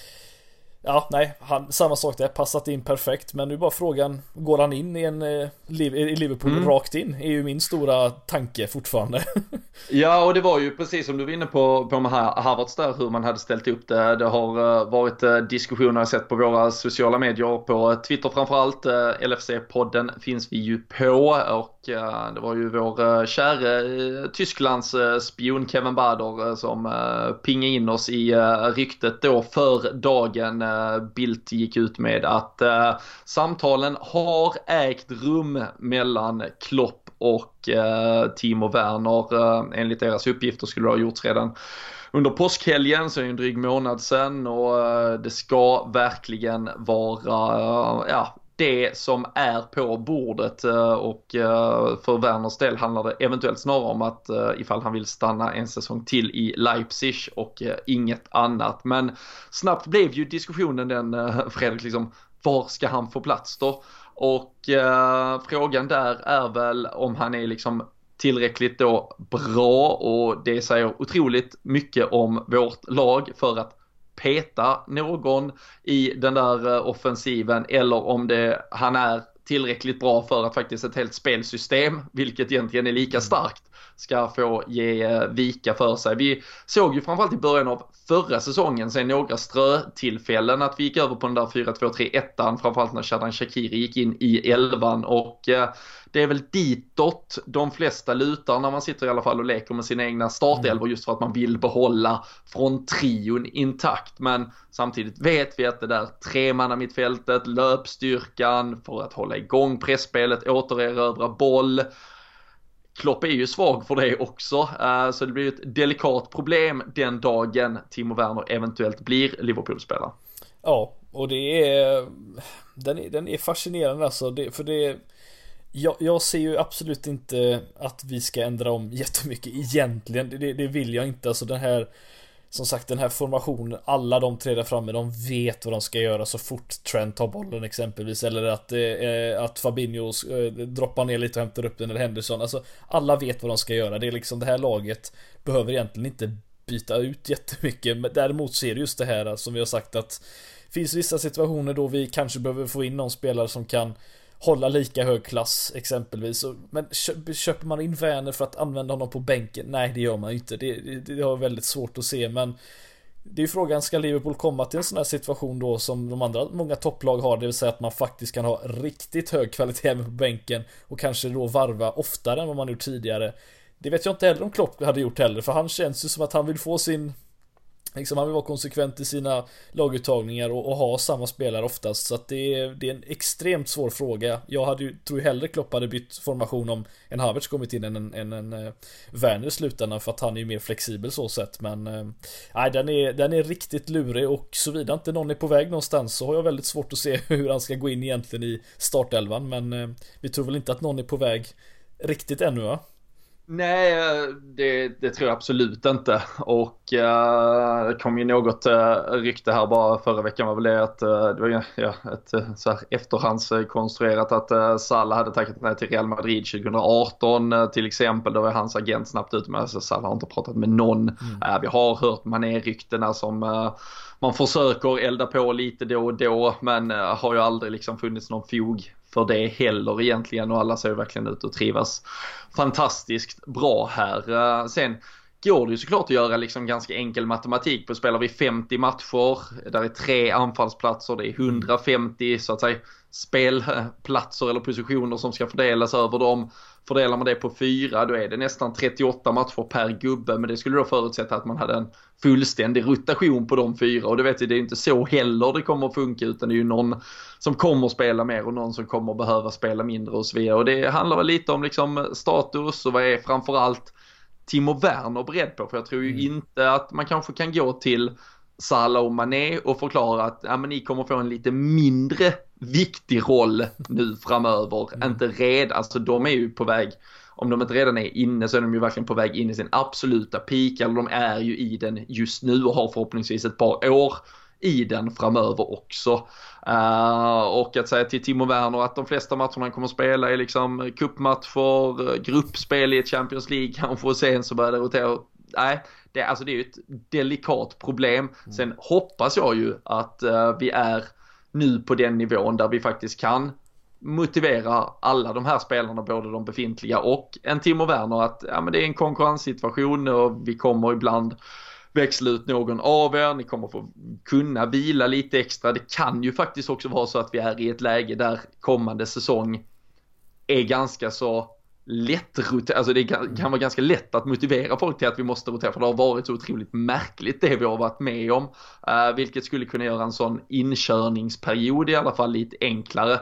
B: ja, nej, han, samma sak där, passat in perfekt. Men nu bara frågan, går han in i en eh, i Liverpool mm. rakt in? Är ju min stora tanke fortfarande.
A: Ja, och det var ju precis som du var inne på på med Havertz där, hur man hade ställt upp det. Det har uh, varit uh, diskussioner jag sett på våra sociala medier, på Twitter framförallt. uh, L F C-podden finns vi ju på, och uh, det var ju vår uh, käre uh, Tysklands uh, spion Kevin Bader uh, som uh, pingade in oss i uh, ryktet då för dagen. uh, Bildt gick ut med att uh, samtalen har ägt rum mellan Klopp och eh, Timo Werner. Eh, enligt deras uppgifter skulle det ha gjorts redan under påskhelgen, så är det en dryg månad sedan, och eh, det ska verkligen vara eh, ja, det som är på bordet, eh, och eh, för Werners del handlar det eventuellt snarare om att eh, ifall han vill stanna en säsong till i Leipzig och eh, inget annat. Men snabbt blev ju diskussionen den, eh, Fredrik, liksom, var ska han få plats då? Och eh, frågan där är väl om han är liksom tillräckligt då bra, och det säger otroligt mycket om vårt lag för att peta någon i den där eh, offensiven, eller om det, han är tillräckligt bra för att faktiskt ett helt spelsystem, vilket egentligen är lika starkt, ska få ge eh, vika för sig. Vi såg ju framförallt i början av förra säsongen sen några strötillfällen att vi gick över på den där fyra två tre ett, framförallt när Xherdan Shaqiri gick in i elvan, och eh, det är väl ditåt de flesta lutar när man sitter i alla fall och leker med sina egna startelvor, just för att man vill behålla från trion intakt. Men samtidigt vet vi att det där tremanna mittfältet, löpstyrkan för att hålla igång pressspelet, återerövra boll, Klopp är ju svag för det också, så det blir ett delikat problem den dagen Timo Werner eventuellt blir Liverpool-spelare.
B: Ja, och det är den är, den är fascinerande alltså, det, för det jag, jag ser ju absolut inte att vi ska ändra om jättemycket egentligen, det, det vill jag inte. Alltså den här, som sagt, den här formationen, alla de tre där framme, de vet vad de ska göra så fort Trent tar bollen exempelvis, eller att, eh, att Fabinho eh, droppar ner lite och hämtar upp den, eller Henderson. Alltså alla vet vad de ska göra. Det är liksom, det här laget behöver egentligen inte byta ut jättemycket, men däremot ser det just det här som vi har sagt, att det finns vissa situationer då vi kanske behöver få in någon spelare som kan hålla lika hög klass exempelvis. Men köper man in Werner för att använda honom på bänken? Nej, det gör man inte. Det, det, det har väldigt svårt att se. Men det är ju frågan, ska Liverpool komma till en sån här situation då som de andra många topplag har, det vill säga att man faktiskt kan ha riktigt hög kvalitet på bänken och kanske då varva oftare än vad man gjort tidigare. det vet jag inte heller om Klopp hade gjort heller, för han känns ju som att han vill få sin liksom, han vill vara konsekvent i sina laguttagningar och, och ha samma spelare oftast, så att det är, det är en extremt svår fråga. Jag hade ju, tror ju hellre Klopp hade bytt formation om en Havertz kommit in än en, en, en uh, Werner i slutändan, för att han är ju mer flexibel så sett, men uh, nej, den är, den är riktigt lurig, och såvida inte någon är på väg någonstans så har jag väldigt svårt att se hur han ska gå in egentligen i startelvan, men uh, vi tror väl inte att någon är på väg riktigt ännu, va?
A: Nej, det, det tror jag absolut inte. Och uh, det kom ju något uh, rykte här bara förra veckan, var väl det att uh, det var ja, ett uh, så här efterhandskonstruerat att uh, Salah hade tackat nej till Real Madrid tjugo arton uh, till exempel. Då var hans agent snabbt ut med, alltså, Salah har inte pratat med någon. Mm. Uh, vi har hört Mané-ryktena som uh, man försöker elda på lite då och då, men uh, har ju aldrig liksom funnits någon fog för det heller egentligen, och alla ser ju verkligen ut att trivas fantastiskt bra här. Sen går det ju såklart att göra liksom ganska enkel matematik på. Spelar vi femtio matcher, där är tre anfallsplatser, det är hundrafemtio så att säga spelplatser eller positioner som ska fördelas över dem. Fördelar man det på fyra, då är det nästan trettioåtta matcher per gubbe, men det skulle då förutsätta att man hade en fullständig rotation på de fyra, och det vet vi, det är inte så heller det kommer att funka, utan det är ju någon som kommer att spela mer och någon som kommer att behöva spela mindre och så vidare, och det handlar väl lite om liksom status och vad är framförallt Timo Werner beredd på, för jag tror ju mm. inte att man kanske kan gå till Salah och Mané och förklara att ja, men ni kommer få en lite mindre viktig roll nu framöver. Mm. Inte redan, alltså de är ju på väg, om de inte redan är inne så är de ju verkligen på väg in i sin absoluta peak, eller de är ju i den just nu och har förhoppningsvis ett par år i den framöver också. Uh, och att säga till Timo Werner att de flesta matcherna han kommer att spela är liksom cupmatcher, gruppspel i ett Champions League, kanske och sen så börjar det rotera. Nej, det, alltså det är ju ett delikat problem. Mm. Sen hoppas jag ju att uh, vi är nu på den nivån där vi faktiskt kan motivera alla de här spelarna, både de befintliga och en Timo Werner, att ja, men det är en konkurrenssituation och vi kommer ibland växla ut någon av er, ni kommer få kunna vila lite extra. Det kan ju faktiskt också vara så att vi är i ett läge där kommande säsong är ganska så lätt, alltså det kan, kan vara ganska lätt att motivera folk till att vi måste rotera, för det har varit så otroligt märkligt det vi har varit med om, uh, vilket skulle kunna göra en sån inkörningsperiod i alla fall lite enklare.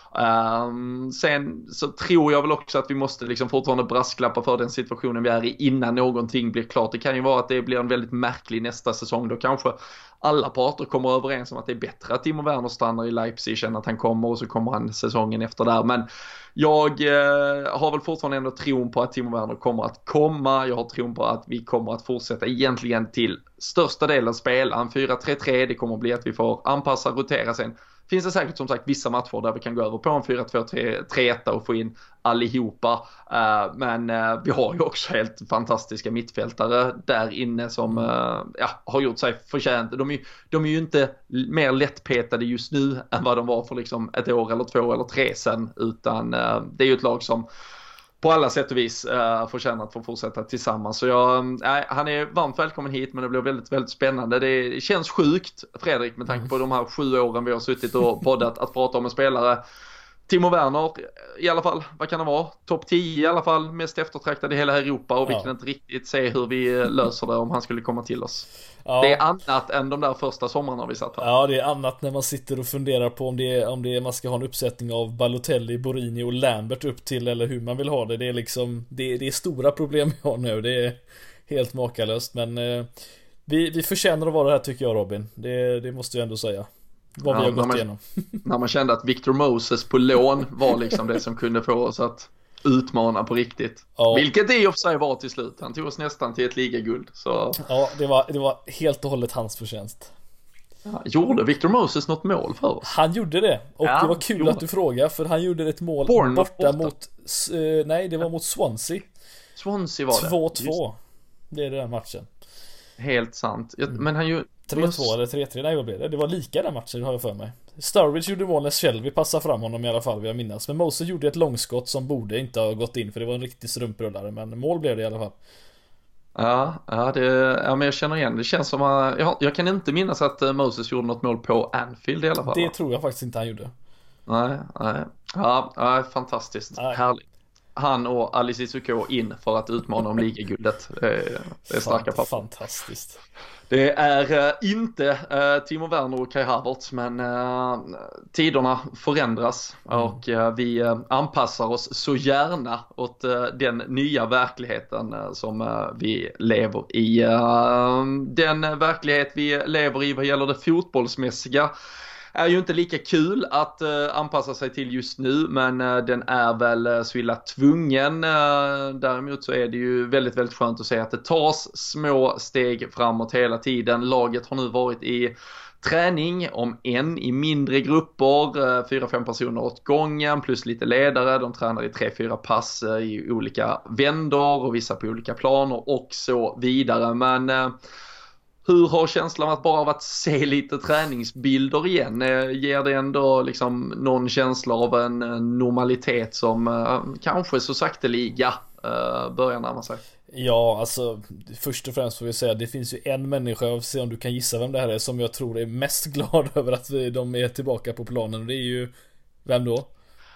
A: Um, sen så tror jag väl också att vi måste liksom fortfarande brasklappa för den situationen vi är i innan någonting blir klart. Det kan ju vara att det blir en väldigt märklig nästa säsong, då kanske alla parter kommer överens om att det är bättre att Timo Werner stannar i Leipzig än att han kommer, och så kommer han säsongen efter där. Men jag eh, har väl fortfarande ändå tron på att Timo Werner kommer att komma. Jag har tron på att vi kommer att fortsätta egentligen till största delen spela en fyra tre tre. Det kommer att bli att vi får anpassa, rotera sen. Finns det säkert som sagt vissa matcher där vi kan gå över på en fyra två tre ett och få in allihopa. Uh, men uh, vi har ju också helt fantastiska mittfältare där inne som uh, ja, har gjort sig förtjänt. De är, de är ju inte mer lättpetade just nu än vad de var för liksom ett år eller två eller tre sen. Utan uh, det är ju ett lag som på alla sätt och vis uh, förtjänar att få fortsätta tillsammans. Så jag, uh, han är varmt välkommen hit, men det blir väldigt, väldigt spännande. Det känns sjukt, Fredrik, med tanke på de här sju åren vi har suttit och poddat, att prata om en spelare. Timo Werner, i alla fall, vad kan det vara? Topp tio i alla fall, mest eftertraktad i hela Europa, och vi ja. kan inte riktigt se hur vi löser det om han skulle komma till oss. Ja. Det är annat än de där första sommarna vi satt här.
B: Ja, det är annat när man sitter och funderar på om det är, om det är, man ska ha en uppsättning av Balotelli, Borini och Lambert upp till, eller hur man vill ha det. Det är liksom, det, det är stora problem vi har nu. Det är helt makalöst, men eh, vi, vi förtjänar att vara här, tycker jag, Robin. Det, det måste jag ändå säga. Vad ja, vi har gått
A: man,
B: igenom.
A: När man kände att Victor Moses på lån var liksom det som kunde få oss att utmana på riktigt. Ja. Vilket det i och för sig var till slut. Han tog oss nästan till ett ligaguld. Så...
B: Ja, det var, det var helt och hållet hans förtjänst.
A: Ja, gjorde Victor Moses något mål för oss?
B: Han gjorde det. Och ja, det var kul att du frågar, för han gjorde ett mål borta, borta mot uh, nej, det var mot Swansea.
A: Swansea var det.
B: två två. Det är den matchen.
A: Helt sant. Jag, mm. Men han ju
B: tre två eller tre tre, nej vad blev det? Det var lika den matchen, har jag för mig. Sturridge gjorde mål när Shelby passade fram honom i alla fall, vill jag minnas. Men Moses gjorde ett långskott som borde inte ha gått in, för det var en riktig strumprullare, men mål blev det i alla fall.
A: Ja, ja, det, ja men jag känner igen. Det känns som att jag, jag kan inte minnas att Moses gjorde något mål på Anfield i alla fall.
B: Det tror jag faktiskt inte han gjorde.
A: Nej, nej. Ja, ja fantastiskt. Nej. Härligt. han och Ali Cissoko in för att utmana om ligaguldet. Det är, det är starka papper.
B: Fantastiskt.
A: Det är uh, inte uh, Timo Werner och Kai Havertz, men uh, tiderna förändras mm. och uh, vi uh, anpassar oss så gärna åt uh, den nya verkligheten uh, som uh, vi lever i. Uh, den verklighet vi lever i vad gäller det fotbollsmässiga är ju inte lika kul att uh, anpassa sig till just nu, men uh, den är väl uh, så illa tvungen. Uh, däremot så är det ju väldigt, väldigt skönt att se att det tas små steg framåt hela tiden. Laget har nu varit i träning, om en i mindre grupper, uh, fyra, fem personer åt gången, plus lite ledare. De tränar i tre, fyra pass uh, i olika vändor och vissa på olika planer och så vidare. Men uh, hur har känslan att bara av att se lite träningsbilder igen? Ger det ändå liksom någon känsla av en normalitet som eh, kanske så sakteliga eh, börjar närma sig?
B: Ja, alltså först och främst får vi säga, det finns ju en människa, och se om du kan gissa vem det här är, som jag tror är mest glad över att vi, de är tillbaka på planen, och det är ju, vem då?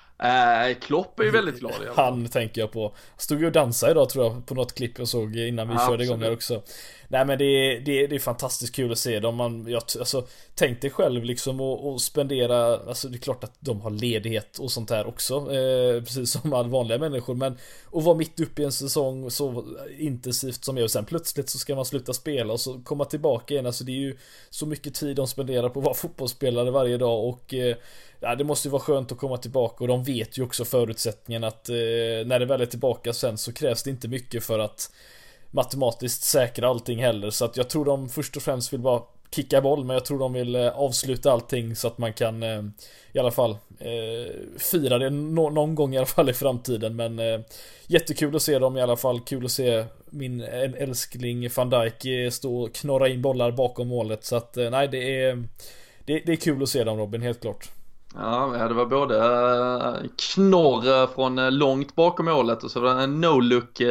A: Äh, Klopp är ju väldigt glad.
B: Han tänker jag på. Stod ju och dansade idag tror jag på något klipp jag såg innan vi ja, körde igång här också. Nej, men det är, det är, det är fantastiskt kul att se dem. Man, jag, alltså, tänk dig själv liksom och, och spendera, alltså det är klart att de har ledighet och sånt här också, eh, precis som alla vanliga människor, men att vara mitt uppe i en säsong så intensivt som jag, och sen plötsligt så ska man sluta spela och så komma tillbaka igen. Alltså det är ju så mycket tid de spenderar på att vara fotbollsspelare varje dag, och eh, ja, det måste ju vara skönt att komma tillbaka, och de vet ju också förutsättningen att eh, när det väl är tillbaka sen så krävs det inte mycket för att matematiskt säkra allting heller, så att jag tror de först och främst vill bara kicka boll, men jag tror de vill eh, avsluta allting så att man kan eh, i alla fall eh, fira det no- någon gång i alla fall i framtiden. Men eh, jättekul att se dem i alla fall, kul att se min älskling Van Dijk eh, stå och knorra in bollar bakom målet, så att eh, nej, det är, det, det är kul att se dem, Robin, helt klart.
A: Ja, det var både knorr från långt bakom målet och så var det en no-look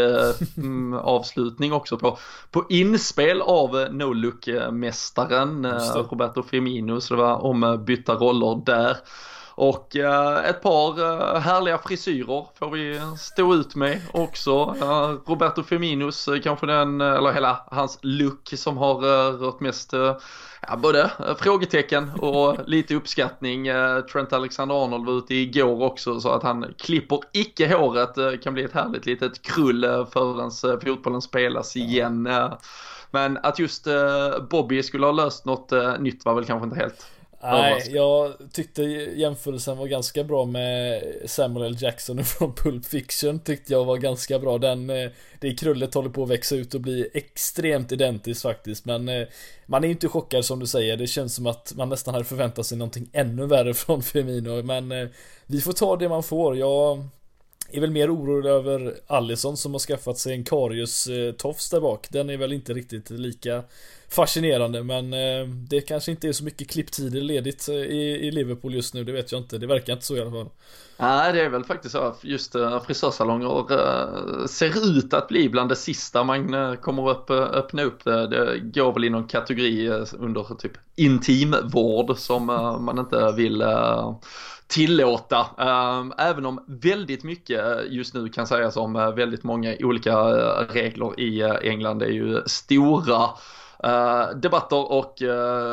A: avslutning också på, på inspel av no-look-mästaren Roberto Firmino, så det var ombytta roller där. Och uh, ett par uh, härliga frisyrer får vi stå ut med också. Uh, Roberto Firminos, uh, kanske den, eller hela hans look som har uh, rört mest uh, ja, både uh, frågetecken och lite uppskattning. Uh, Trent Alexander-Arnold var ute igår också, så att han klipper icke håret. Uh, kan bli ett härligt litet krull uh, förrän uh, fotbollen spelas igen. Uh, men att just uh, Bobby skulle ha löst något uh, nytt var väl kanske inte helt...
B: Nej, jag tyckte jämförelsen var ganska bra med Samuel L. Jackson från Pulp Fiction, tyckte jag var ganska bra. Den, det krullet håller på att växa ut och bli extremt identiskt faktiskt, men man är ju inte chockad som du säger. Det känns som att man nästan hade förväntat sig någonting ännu värre från Firmino, men vi får ta det man får. Jag är väl mer orolig över Alisson som har skaffat sig en Karius tofs där bak. Den är väl inte riktigt lika fascinerande, men eh, det kanske inte är så mycket klipptider ledigt i, i Liverpool just nu, det vet jag inte. Det verkar inte så i alla fall.
A: Nej, det är väl faktiskt så att just uh, frisörsalonger uh, ser ut att bli bland det sista man uh, kommer upp, uh, öppna upp. Det, det går väl i någon kategori uh, under typ intimvård som uh, man inte vill uh, tillåta. Uh, även om väldigt mycket just nu kan sägas om uh, väldigt många olika uh, regler i uh, England. Det är ju stora Uh, debatter och uh,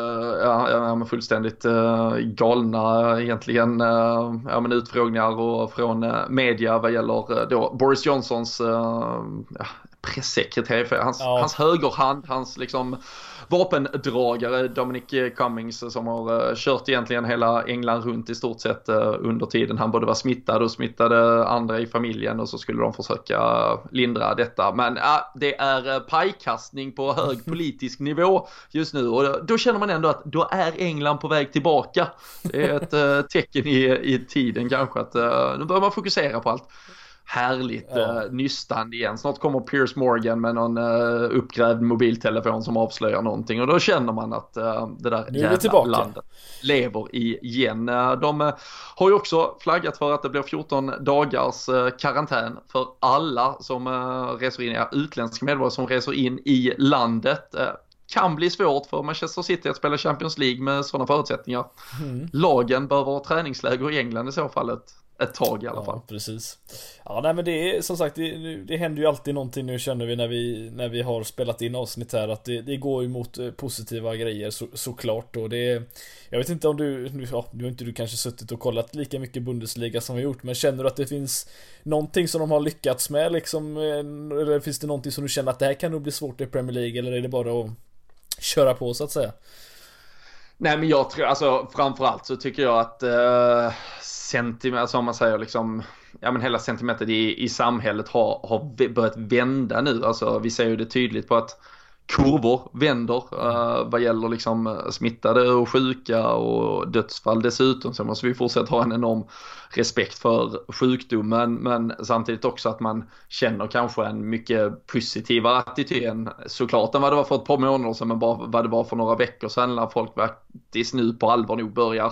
A: ja, ja, men fullständigt uh, galna egentligen uh, ja, men utfrågningar och från uh, media vad gäller uh, då Boris Johnsons uh, ja, pressekreterare, för hans, ja. hans högerhand, hans liksom vapendragare Dominic Cummings, som har uh, kört egentligen hela England runt i stort sett uh, under tiden han både var smittad och smittade andra i familjen, och så skulle de försöka uh, lindra detta. Men uh, det är uh, pajkastning på hög politisk nivå just nu, och uh, då känner man ändå att då är England på väg tillbaka. Det är ett uh, tecken i, i tiden kanske att uh, nu börjar man fokusera på allt härligt ja. uh, nystande igen. Snart kommer Piers Morgan med någon uh, uppgrävd mobiltelefon som avslöjar någonting, och då känner man att uh, det där jävla landet lever igen. Uh, de uh, har ju också flaggat för att det blir fjorton dagars uh, karantän för alla som uh, reser in, ja, utländska medborgare som reser in i landet. Uh, kan bli svårt för Manchester City att spela Champions League med sådana förutsättningar. Mm. Lagen bör vara träningsläger i England i så fallet. ett tag i alla fall.
B: Ja, precis. Ja, nej men det är som sagt, det, det händer ju alltid någonting nu, känner vi när vi när vi har spelat in avsnitt här, att det, det går ju mot positiva grejer så, såklart, och det, jag vet inte om du nu, ja, nu har inte du kanske suttit och kollat lika mycket Bundesliga som vi har gjort, men känner du att det finns någonting som de har lyckats med liksom, eller finns det någonting som du känner att det här kan nog bli svårt i Premier League, eller är det bara att köra på så att säga?
A: Nej, men jag tror, alltså framförallt så tycker jag att eh, sentiment, alltså om man säger liksom, ja men hela sentimentet i, i samhället har, har börjat vända nu. Alltså vi ser ju det tydligt på att kurvor vänder uh, vad gäller liksom smittade och sjuka och dödsfall dessutom, så måste vi fortsätta ha en enorm respekt för sjukdomen, men samtidigt också att man känner kanske en mycket positivare attityd än såklart än vad det var för ett par månader sedan, men bara vad det var för några veckor sedan, när folk faktiskt nu på allvar nog börjar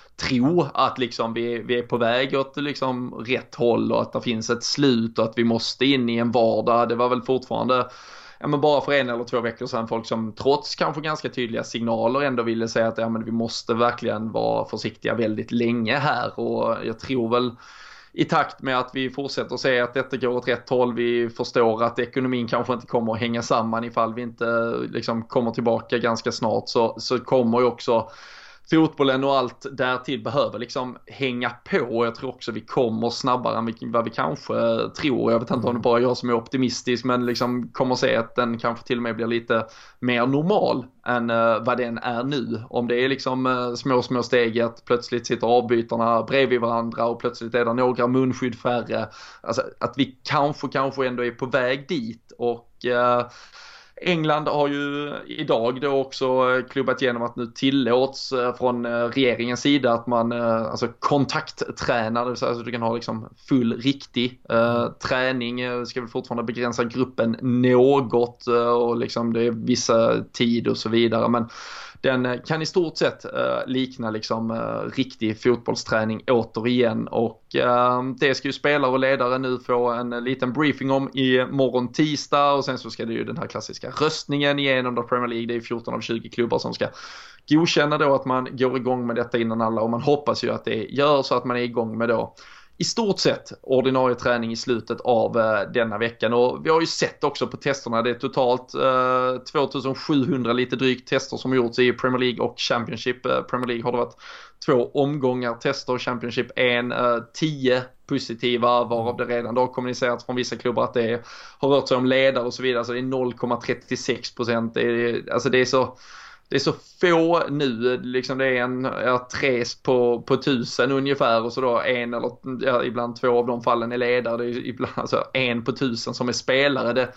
A: tro att liksom vi, vi är på väg åt liksom rätt håll och att det finns ett slut och att vi måste in i en vardag. Det var väl fortfarande, ja, men bara för en eller två veckor sedan folk som trots kanske ganska tydliga signaler ändå ville säga att ja, men vi måste verkligen vara försiktiga väldigt länge här, och jag tror väl i takt med att vi fortsätter att se att detta går åt rätt håll, vi förstår att ekonomin kanske inte kommer att hänga samman ifall vi inte liksom kommer tillbaka ganska snart, så, så kommer ju också fotbollen och allt därtill behöver liksom hänga på, och jag tror också vi kommer snabbare än vad vi kanske tror. Jag vet inte om det bara är jag som är optimistisk, men liksom kommer se att den kanske till och med blir lite mer normal än uh, vad den är nu. Om det är liksom uh, små små steg att plötsligt sitter avbytarna bredvid varandra och plötsligt är det några munskydd färre. Alltså att vi kanske kanske ändå är på väg dit, och uh, England har ju idag då också klubbat igenom att nu tillåts från regeringens sida att man alltså kontakttränar, det vill säga att du kan ha liksom full riktig eh, träning, ska väl fortfarande begränsa gruppen något och liksom det är vissa tid och så vidare, men den kan i stort sett eh, likna liksom eh, riktig fotbollsträning återigen, och eh, det ska ju spelare och ledare nu få en liten briefing om i morgon tisdag, och sen så ska det ju den här klassiska röstningen igenom då Premier League, det är fjorton av tjugo klubbar som ska godkänna då att man går igång med detta innan alla, och man hoppas ju att det gör så att man är igång med då i stort sett ordinarie träning i slutet av uh, denna veckan. Och vi har ju sett också på testerna, det är totalt uh, tvåtusensjuhundra lite drygt tester som har gjorts i Premier League och Championship. Uh, Premier League har det varit två omgångar tester, Championship en, uh, tio positiva, varav det redan då kommunicerats från vissa klubbar att det har rört sig om ledare och så vidare, så det är noll komma trettiosex procent. Det är, alltså det är så Det är så få nu, liksom det är en ja, tres på, på tusen ungefär, och så då en eller ja, ibland två av de fallen är ledare, det är ibland alltså en på tusen som är spelare. Det,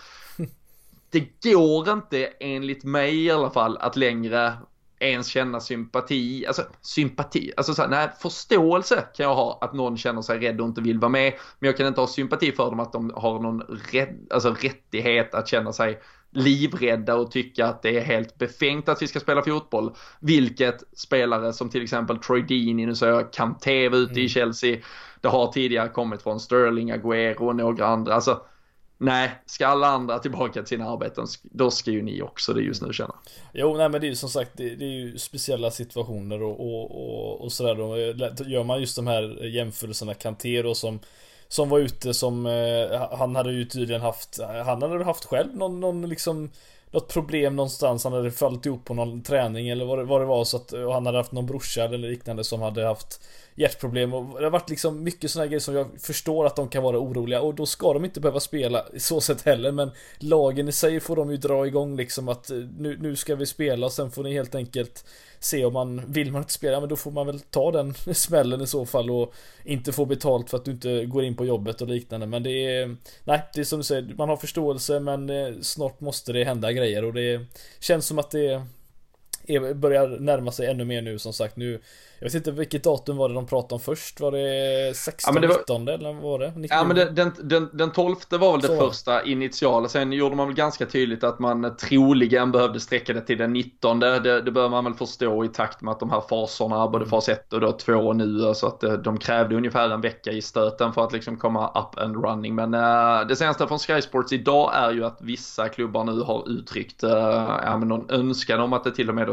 A: det går inte enligt mig i alla fall att längre ens känna sympati, alltså sympati, alltså så här, nej, förståelse kan jag ha att någon känner sig rädd och inte vill vara med, men jag kan inte ha sympati för dem att de har någon rädd, alltså rättighet att känna sig livrädda och tycka att det är helt befängt att vi ska spela fotboll, vilket spelare som till exempel Troy Deeney, nu så jag Kanté ute mm. i Chelsea, det har tidigare kommit från Sterling, Aguero och några andra, alltså nej, ska alla andra tillbaka till sina arbeten, då ska ju ni också det just nu känna.
B: Jo, nej men det är ju som sagt, det, det är ju speciella situationer och, och, och, och sådär då. Gör man just de här jämförelserna, Kanté då som som var ute som eh, han hade ju tydligen haft, han hade haft själv någon, någon liksom något problem någonstans, han hade fallit ihop på någon träning eller vad det, vad det var, så att, och han hade haft någon brorsa eller liknande som hade haft hjärtproblem, och det har varit liksom mycket sådana grejer som jag förstår att de kan vara oroliga, och då ska de inte behöva spela i så sätt heller, men lagen i sig får de ju dra igång liksom att nu, nu ska vi spela, och sen får ni helt enkelt se om man vill man inte spela, men då får man väl ta den smällen i så fall och inte få betalt för att du inte går in på jobbet och liknande, men det är nej, det är som du säger, man har förståelse, men snart måste det hända grejer, och det känns som att det är, börjar närma sig ännu mer nu, som sagt. Nu, jag vet inte vilket datum var det de pratade om först, var det sexton, ja, det var... nitton eller vad var det? nitton? Ja, men det, den, den, den tolfte var väl det så. Första initiala, sen gjorde man väl ganska tydligt att man troligen behövde sträcka det till den nittonde, det, det bör man väl förstå i takt med att de här faserna, både fas ett och då två nu, så att de krävde ungefär en vecka i stöten för att liksom komma up and running, men uh, det senaste från Sky Sports idag är ju att vissa klubbar nu har uttryckt uh, ja, men någon önskan om att det till och med då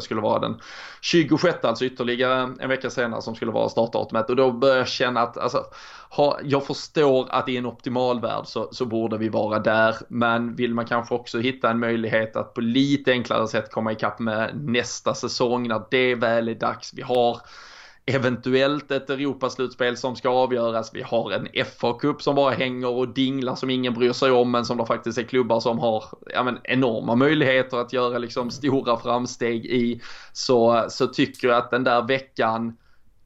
A: skulle vara den tjugosjätte, alltså ytterligare en vecka senare som skulle vara startdatumet. Och då börjar jag känna att alltså, ha, jag förstår att i en optimal värld så, så borde vi vara där, men vill man kanske också hitta en möjlighet att på lite enklare sätt komma ikapp med nästa säsong när det väl är dags. Vi har eventuellt ett Europaslutspel som ska avgöras. Vi har en F A-cup som bara hänger och dinglar som ingen bryr sig om, men som det faktiskt är klubbar som har ja, men, enorma möjligheter att göra liksom, stora framsteg i. Så, så tycker jag att den där veckan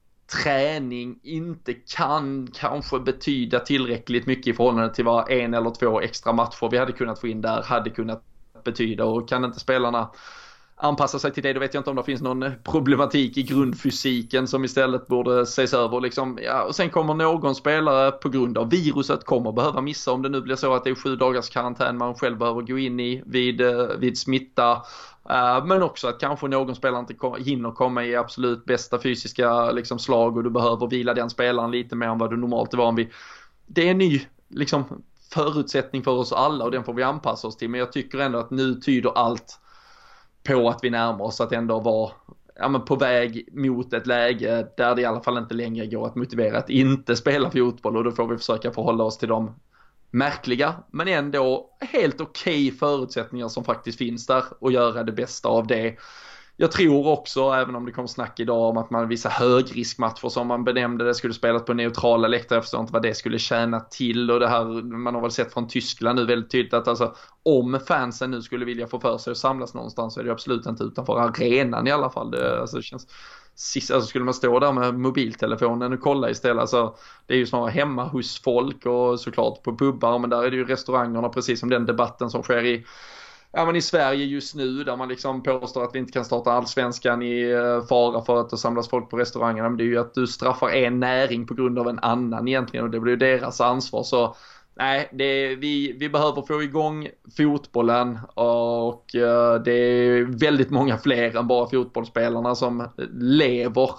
A: träning inte kan kanske betyda tillräckligt mycket i förhållande till vad en eller två extra matcher vi hade kunnat få in där hade kunnat betyda. Och kan inte spelarna anpassa sig till det, då vet jag inte om det finns någon problematik i grundfysiken som istället borde ses över liksom. Ja, och sen kommer någon spelare på grund av viruset kommer behöva missa, om det nu blir så att det är sju dagars karantän man själv behöver gå in i vid, vid smitta. Uh, men också att kanske någon spelare inte kom, hinner komma i absolut bästa fysiska liksom, slag och du behöver vila den spelaren lite mer än vad du normalt är van vid. Det är en ny liksom, förutsättning för oss alla och den får vi anpassa oss till, men jag tycker ändå att nu tyder allt på att vi närmar oss att ändå vara ja, men på väg mot ett läge där det i alla fall inte längre går att motivera att inte spela fotboll, och då får vi försöka förhålla oss till de märkliga men ändå helt okej förutsättningar som faktiskt finns där och göra det bästa av det. Jag tror också, även om det kom snack idag om att man vissa högriskmatcher som man benämnde det skulle spelas på neutrala läktare, jag förstår inte vad det skulle tjäna till, och det här man har väl sett från Tyskland nu väldigt tydligt att alltså, om fansen nu skulle vilja få för sig att samlas någonstans så är det absolut inte utanför arenan i alla fall. Det, alltså, det känns sist, alltså, skulle man stå där med mobiltelefonen och kolla istället, alltså, det är ju snarare hemma hos folk och såklart på pubbar, men där är det ju restaurangerna, precis som den debatten som sker i Ja, men i Sverige just nu där man liksom påstår att vi inte kan starta allsvenskan i fara för att det samlas folk på restaurangerna. Men det är ju att du straffar en näring på grund av en annan egentligen, och det blir ju deras ansvar. Så nej, det, vi, vi behöver få igång fotbollen, och det är väldigt många fler än bara fotbollsspelarna som lever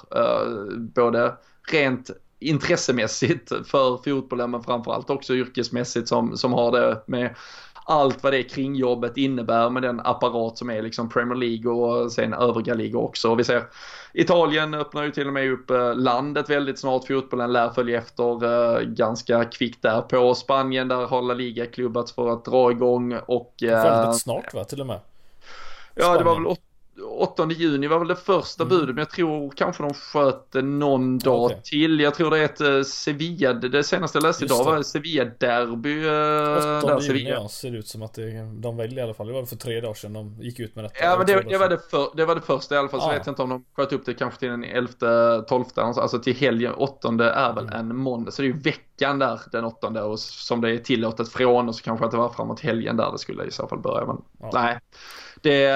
A: både rent intressemässigt för fotbollen, men framförallt också yrkesmässigt som, som har det med allt vad det kringjobbet innebär med den apparat som är liksom Premier League och sen övriga ligor också. Vi ser Italien öppnar ju till och med upp landet väldigt snart. Fotbollen lär följa efter uh, ganska kvickt där. På Spanien där har La Liga klubbats för att dra igång. Och, uh,
B: väldigt snart va, till och med.
A: Spanien. Ja, det var väl åt åttonde juni var väl det första mm. budet, men jag tror kanske de sköt någon dag okay. till. Jag tror det är ett uh, Sevilla, det senaste jag läste idag var Sevilla-derby. Uh,
B: åttonde juni, ja, ser ut som att det, de väljer i alla fall. Det var för tre dagar sedan de gick ut med detta.
A: Ja, men det, det, var det, för, det var det första i alla fall, så ah. vet jag inte om de sköt upp det kanske till den elfte, tolfte, alltså till helgen. Åttonde är väl mm. en måndag, så det är ju veckan där, den åttonde, och som det är tillåtet från, och så kanske att det var framåt helgen där det skulle i så fall börja, men ah. nej. Det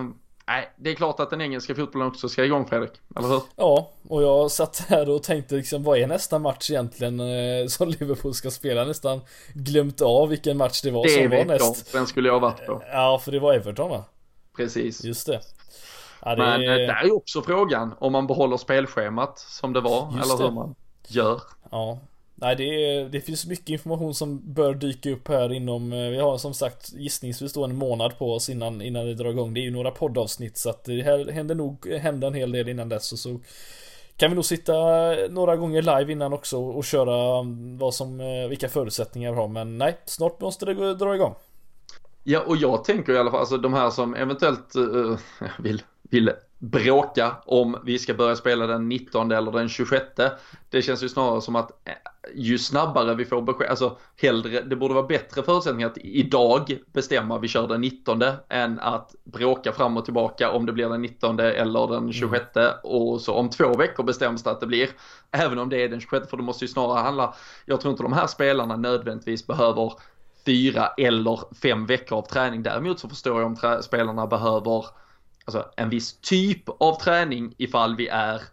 A: Nej, det är klart att den engelska fotbollen också ska igång, Fredrik, eller hur?
B: Ja, och jag satt här och tänkte liksom, vad är nästa match egentligen eh, som Liverpool ska spela? Nästan glömt av vilken match det var
A: det
B: som var näst.
A: Den skulle jag ha varit på.
B: Ja, för det var Everton, va?
A: Precis.
B: Just det. Ja, det...
A: Men eh, där är ju också frågan om man behåller spelschemat som det var, Just eller det. hur man gör.
B: Ja. Nej, det, det finns mycket information som bör dyka upp här inom, vi har som sagt gissningsvis då en månad på oss innan, innan det drar igång. Det är ju några poddavsnitt, så att det här händer nog händer en hel del innan dess, och så kan vi nog sitta några gånger live innan också och köra vad som, vilka förutsättningar vi har. Men nej, snart måste det dra igång.
A: Ja, och jag tänker i alla fall, alltså de här som eventuellt uh, vill, vill bråka om vi ska börja spela den nittonde eller den tjugosjätte. Det känns ju snarare som att ju snabbare vi får besked, alltså hellre, det borde vara bättre förutsättningar att idag bestämma vi kör den nittonde än att bråka fram och tillbaka om det blir den nittonde eller den tjugosjätte, mm. och så om två veckor bestäms det att det blir, även om det är den tjugosjätte, för det måste ju snarare handla, jag tror inte de här spelarna nödvändigtvis behöver fyra eller fem veckor av träning. Däremot så förstår jag om trä- spelarna behöver alltså en viss typ av träning ifall vi är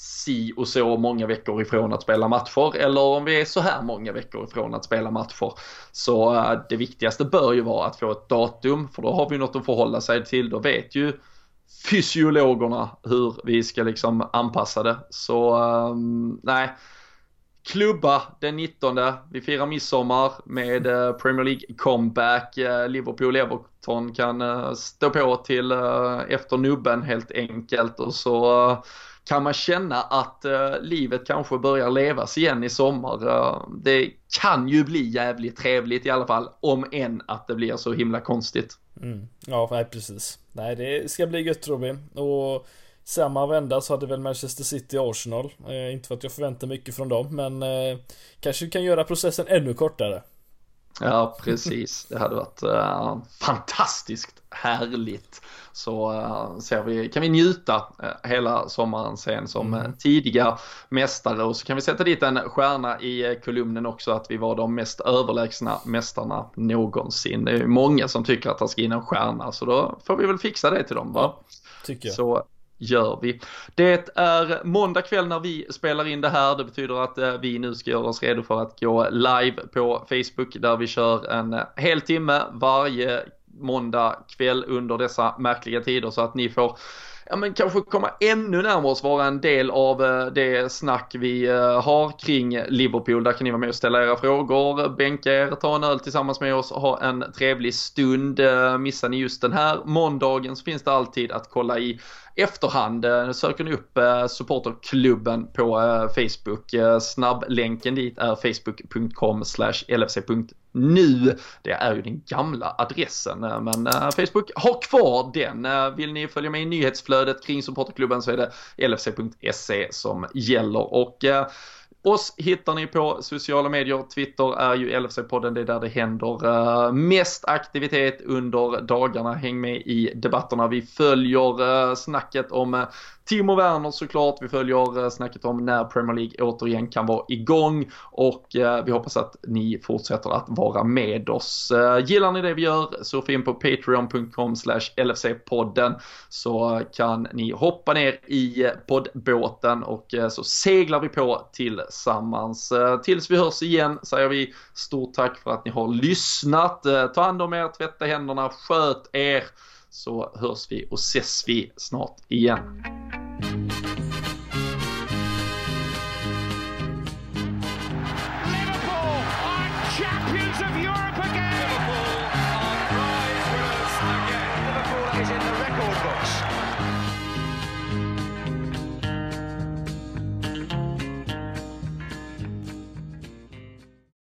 A: si och så många veckor ifrån att spela matcher, eller om vi är så här många veckor ifrån att spela matcher. Så uh, det viktigaste bör ju vara att få ett datum, för då har vi något att förhålla sig till. Då vet ju fysiologerna hur vi ska liksom anpassa det. Så um, nej, klubba den nittonde. Vi firar midsommar med Premier League comeback. Liverpool Everton kan stå på till efter nubben helt enkelt, och så kan man känna att livet kanske börjar levas igen i sommar. Det kan ju bli jävligt trevligt i alla fall, om än att det blir så himla konstigt.
B: Mm. Ja, nej, precis. Nej, det ska bli gött, Robin. Och samma vända så hade väl Manchester City Arsenal. Eh, inte för att jag förväntar mycket från dem, men eh, kanske kan göra processen ännu kortare.
A: Ja, precis. Det hade varit uh, fantastiskt härligt. Så uh, ser vi, kan vi njuta uh, hela sommaren sen som mm. uh, tidiga mästare. Och så kan vi sätta dit en stjärna i uh, kolumnen också, att vi var de mest överlägsna mästarna någonsin. Det är många som tycker att han ska in en stjärna, så då får vi väl fixa det till dem, va?
B: Ja, tycker jag.
A: Så gör vi. Det är måndag kväll när vi spelar in det här. Det betyder att eh, vi nu ska göra oss redo för att gå live på Facebook, där vi kör en eh, hel timme varje måndag kväll under dessa märkliga tider, så att ni får ja, men kanske komma ännu närmare oss, vara en del av eh, det snack vi eh, har kring Liverpool. Där kan ni vara med och ställa era frågor, bänka er, ta en öl tillsammans med oss och ha en trevlig stund. Eh, missar ni just den här måndagen så finns det alltid att kolla i efterhand. Söker ni upp eh, supporterklubben på eh, Facebook. Eh, snabblänken dit är facebook punkt com slash l f c punkt nu. Det är ju den gamla adressen, eh, men eh, Facebook har kvar den. Eh, vill ni följa med i nyhetsflödet kring supporterklubben så är det l f c punkt se som gäller. Och eh, oss hittar ni på sociala medier. Twitter är ju L F C-podden, det är där det händer uh, mest aktivitet under dagarna. Häng med i debatterna. Vi följer uh, snacket om uh, Timo Werner såklart. Vi följer uh, snacket om när Premier League återigen kan vara igång. Och uh, vi hoppas att ni fortsätter att vara med oss. Uh, gillar ni det vi gör, så få in på patreon punkt com slash L F C-podden, så kan ni hoppa ner i poddbåten och uh, så seglar vi på till tillsammans. Tills vi hörs igen säger vi stort tack för att ni har lyssnat. Ta hand om er, tvätta händerna, sköt er, så hörs vi och ses vi snart igen.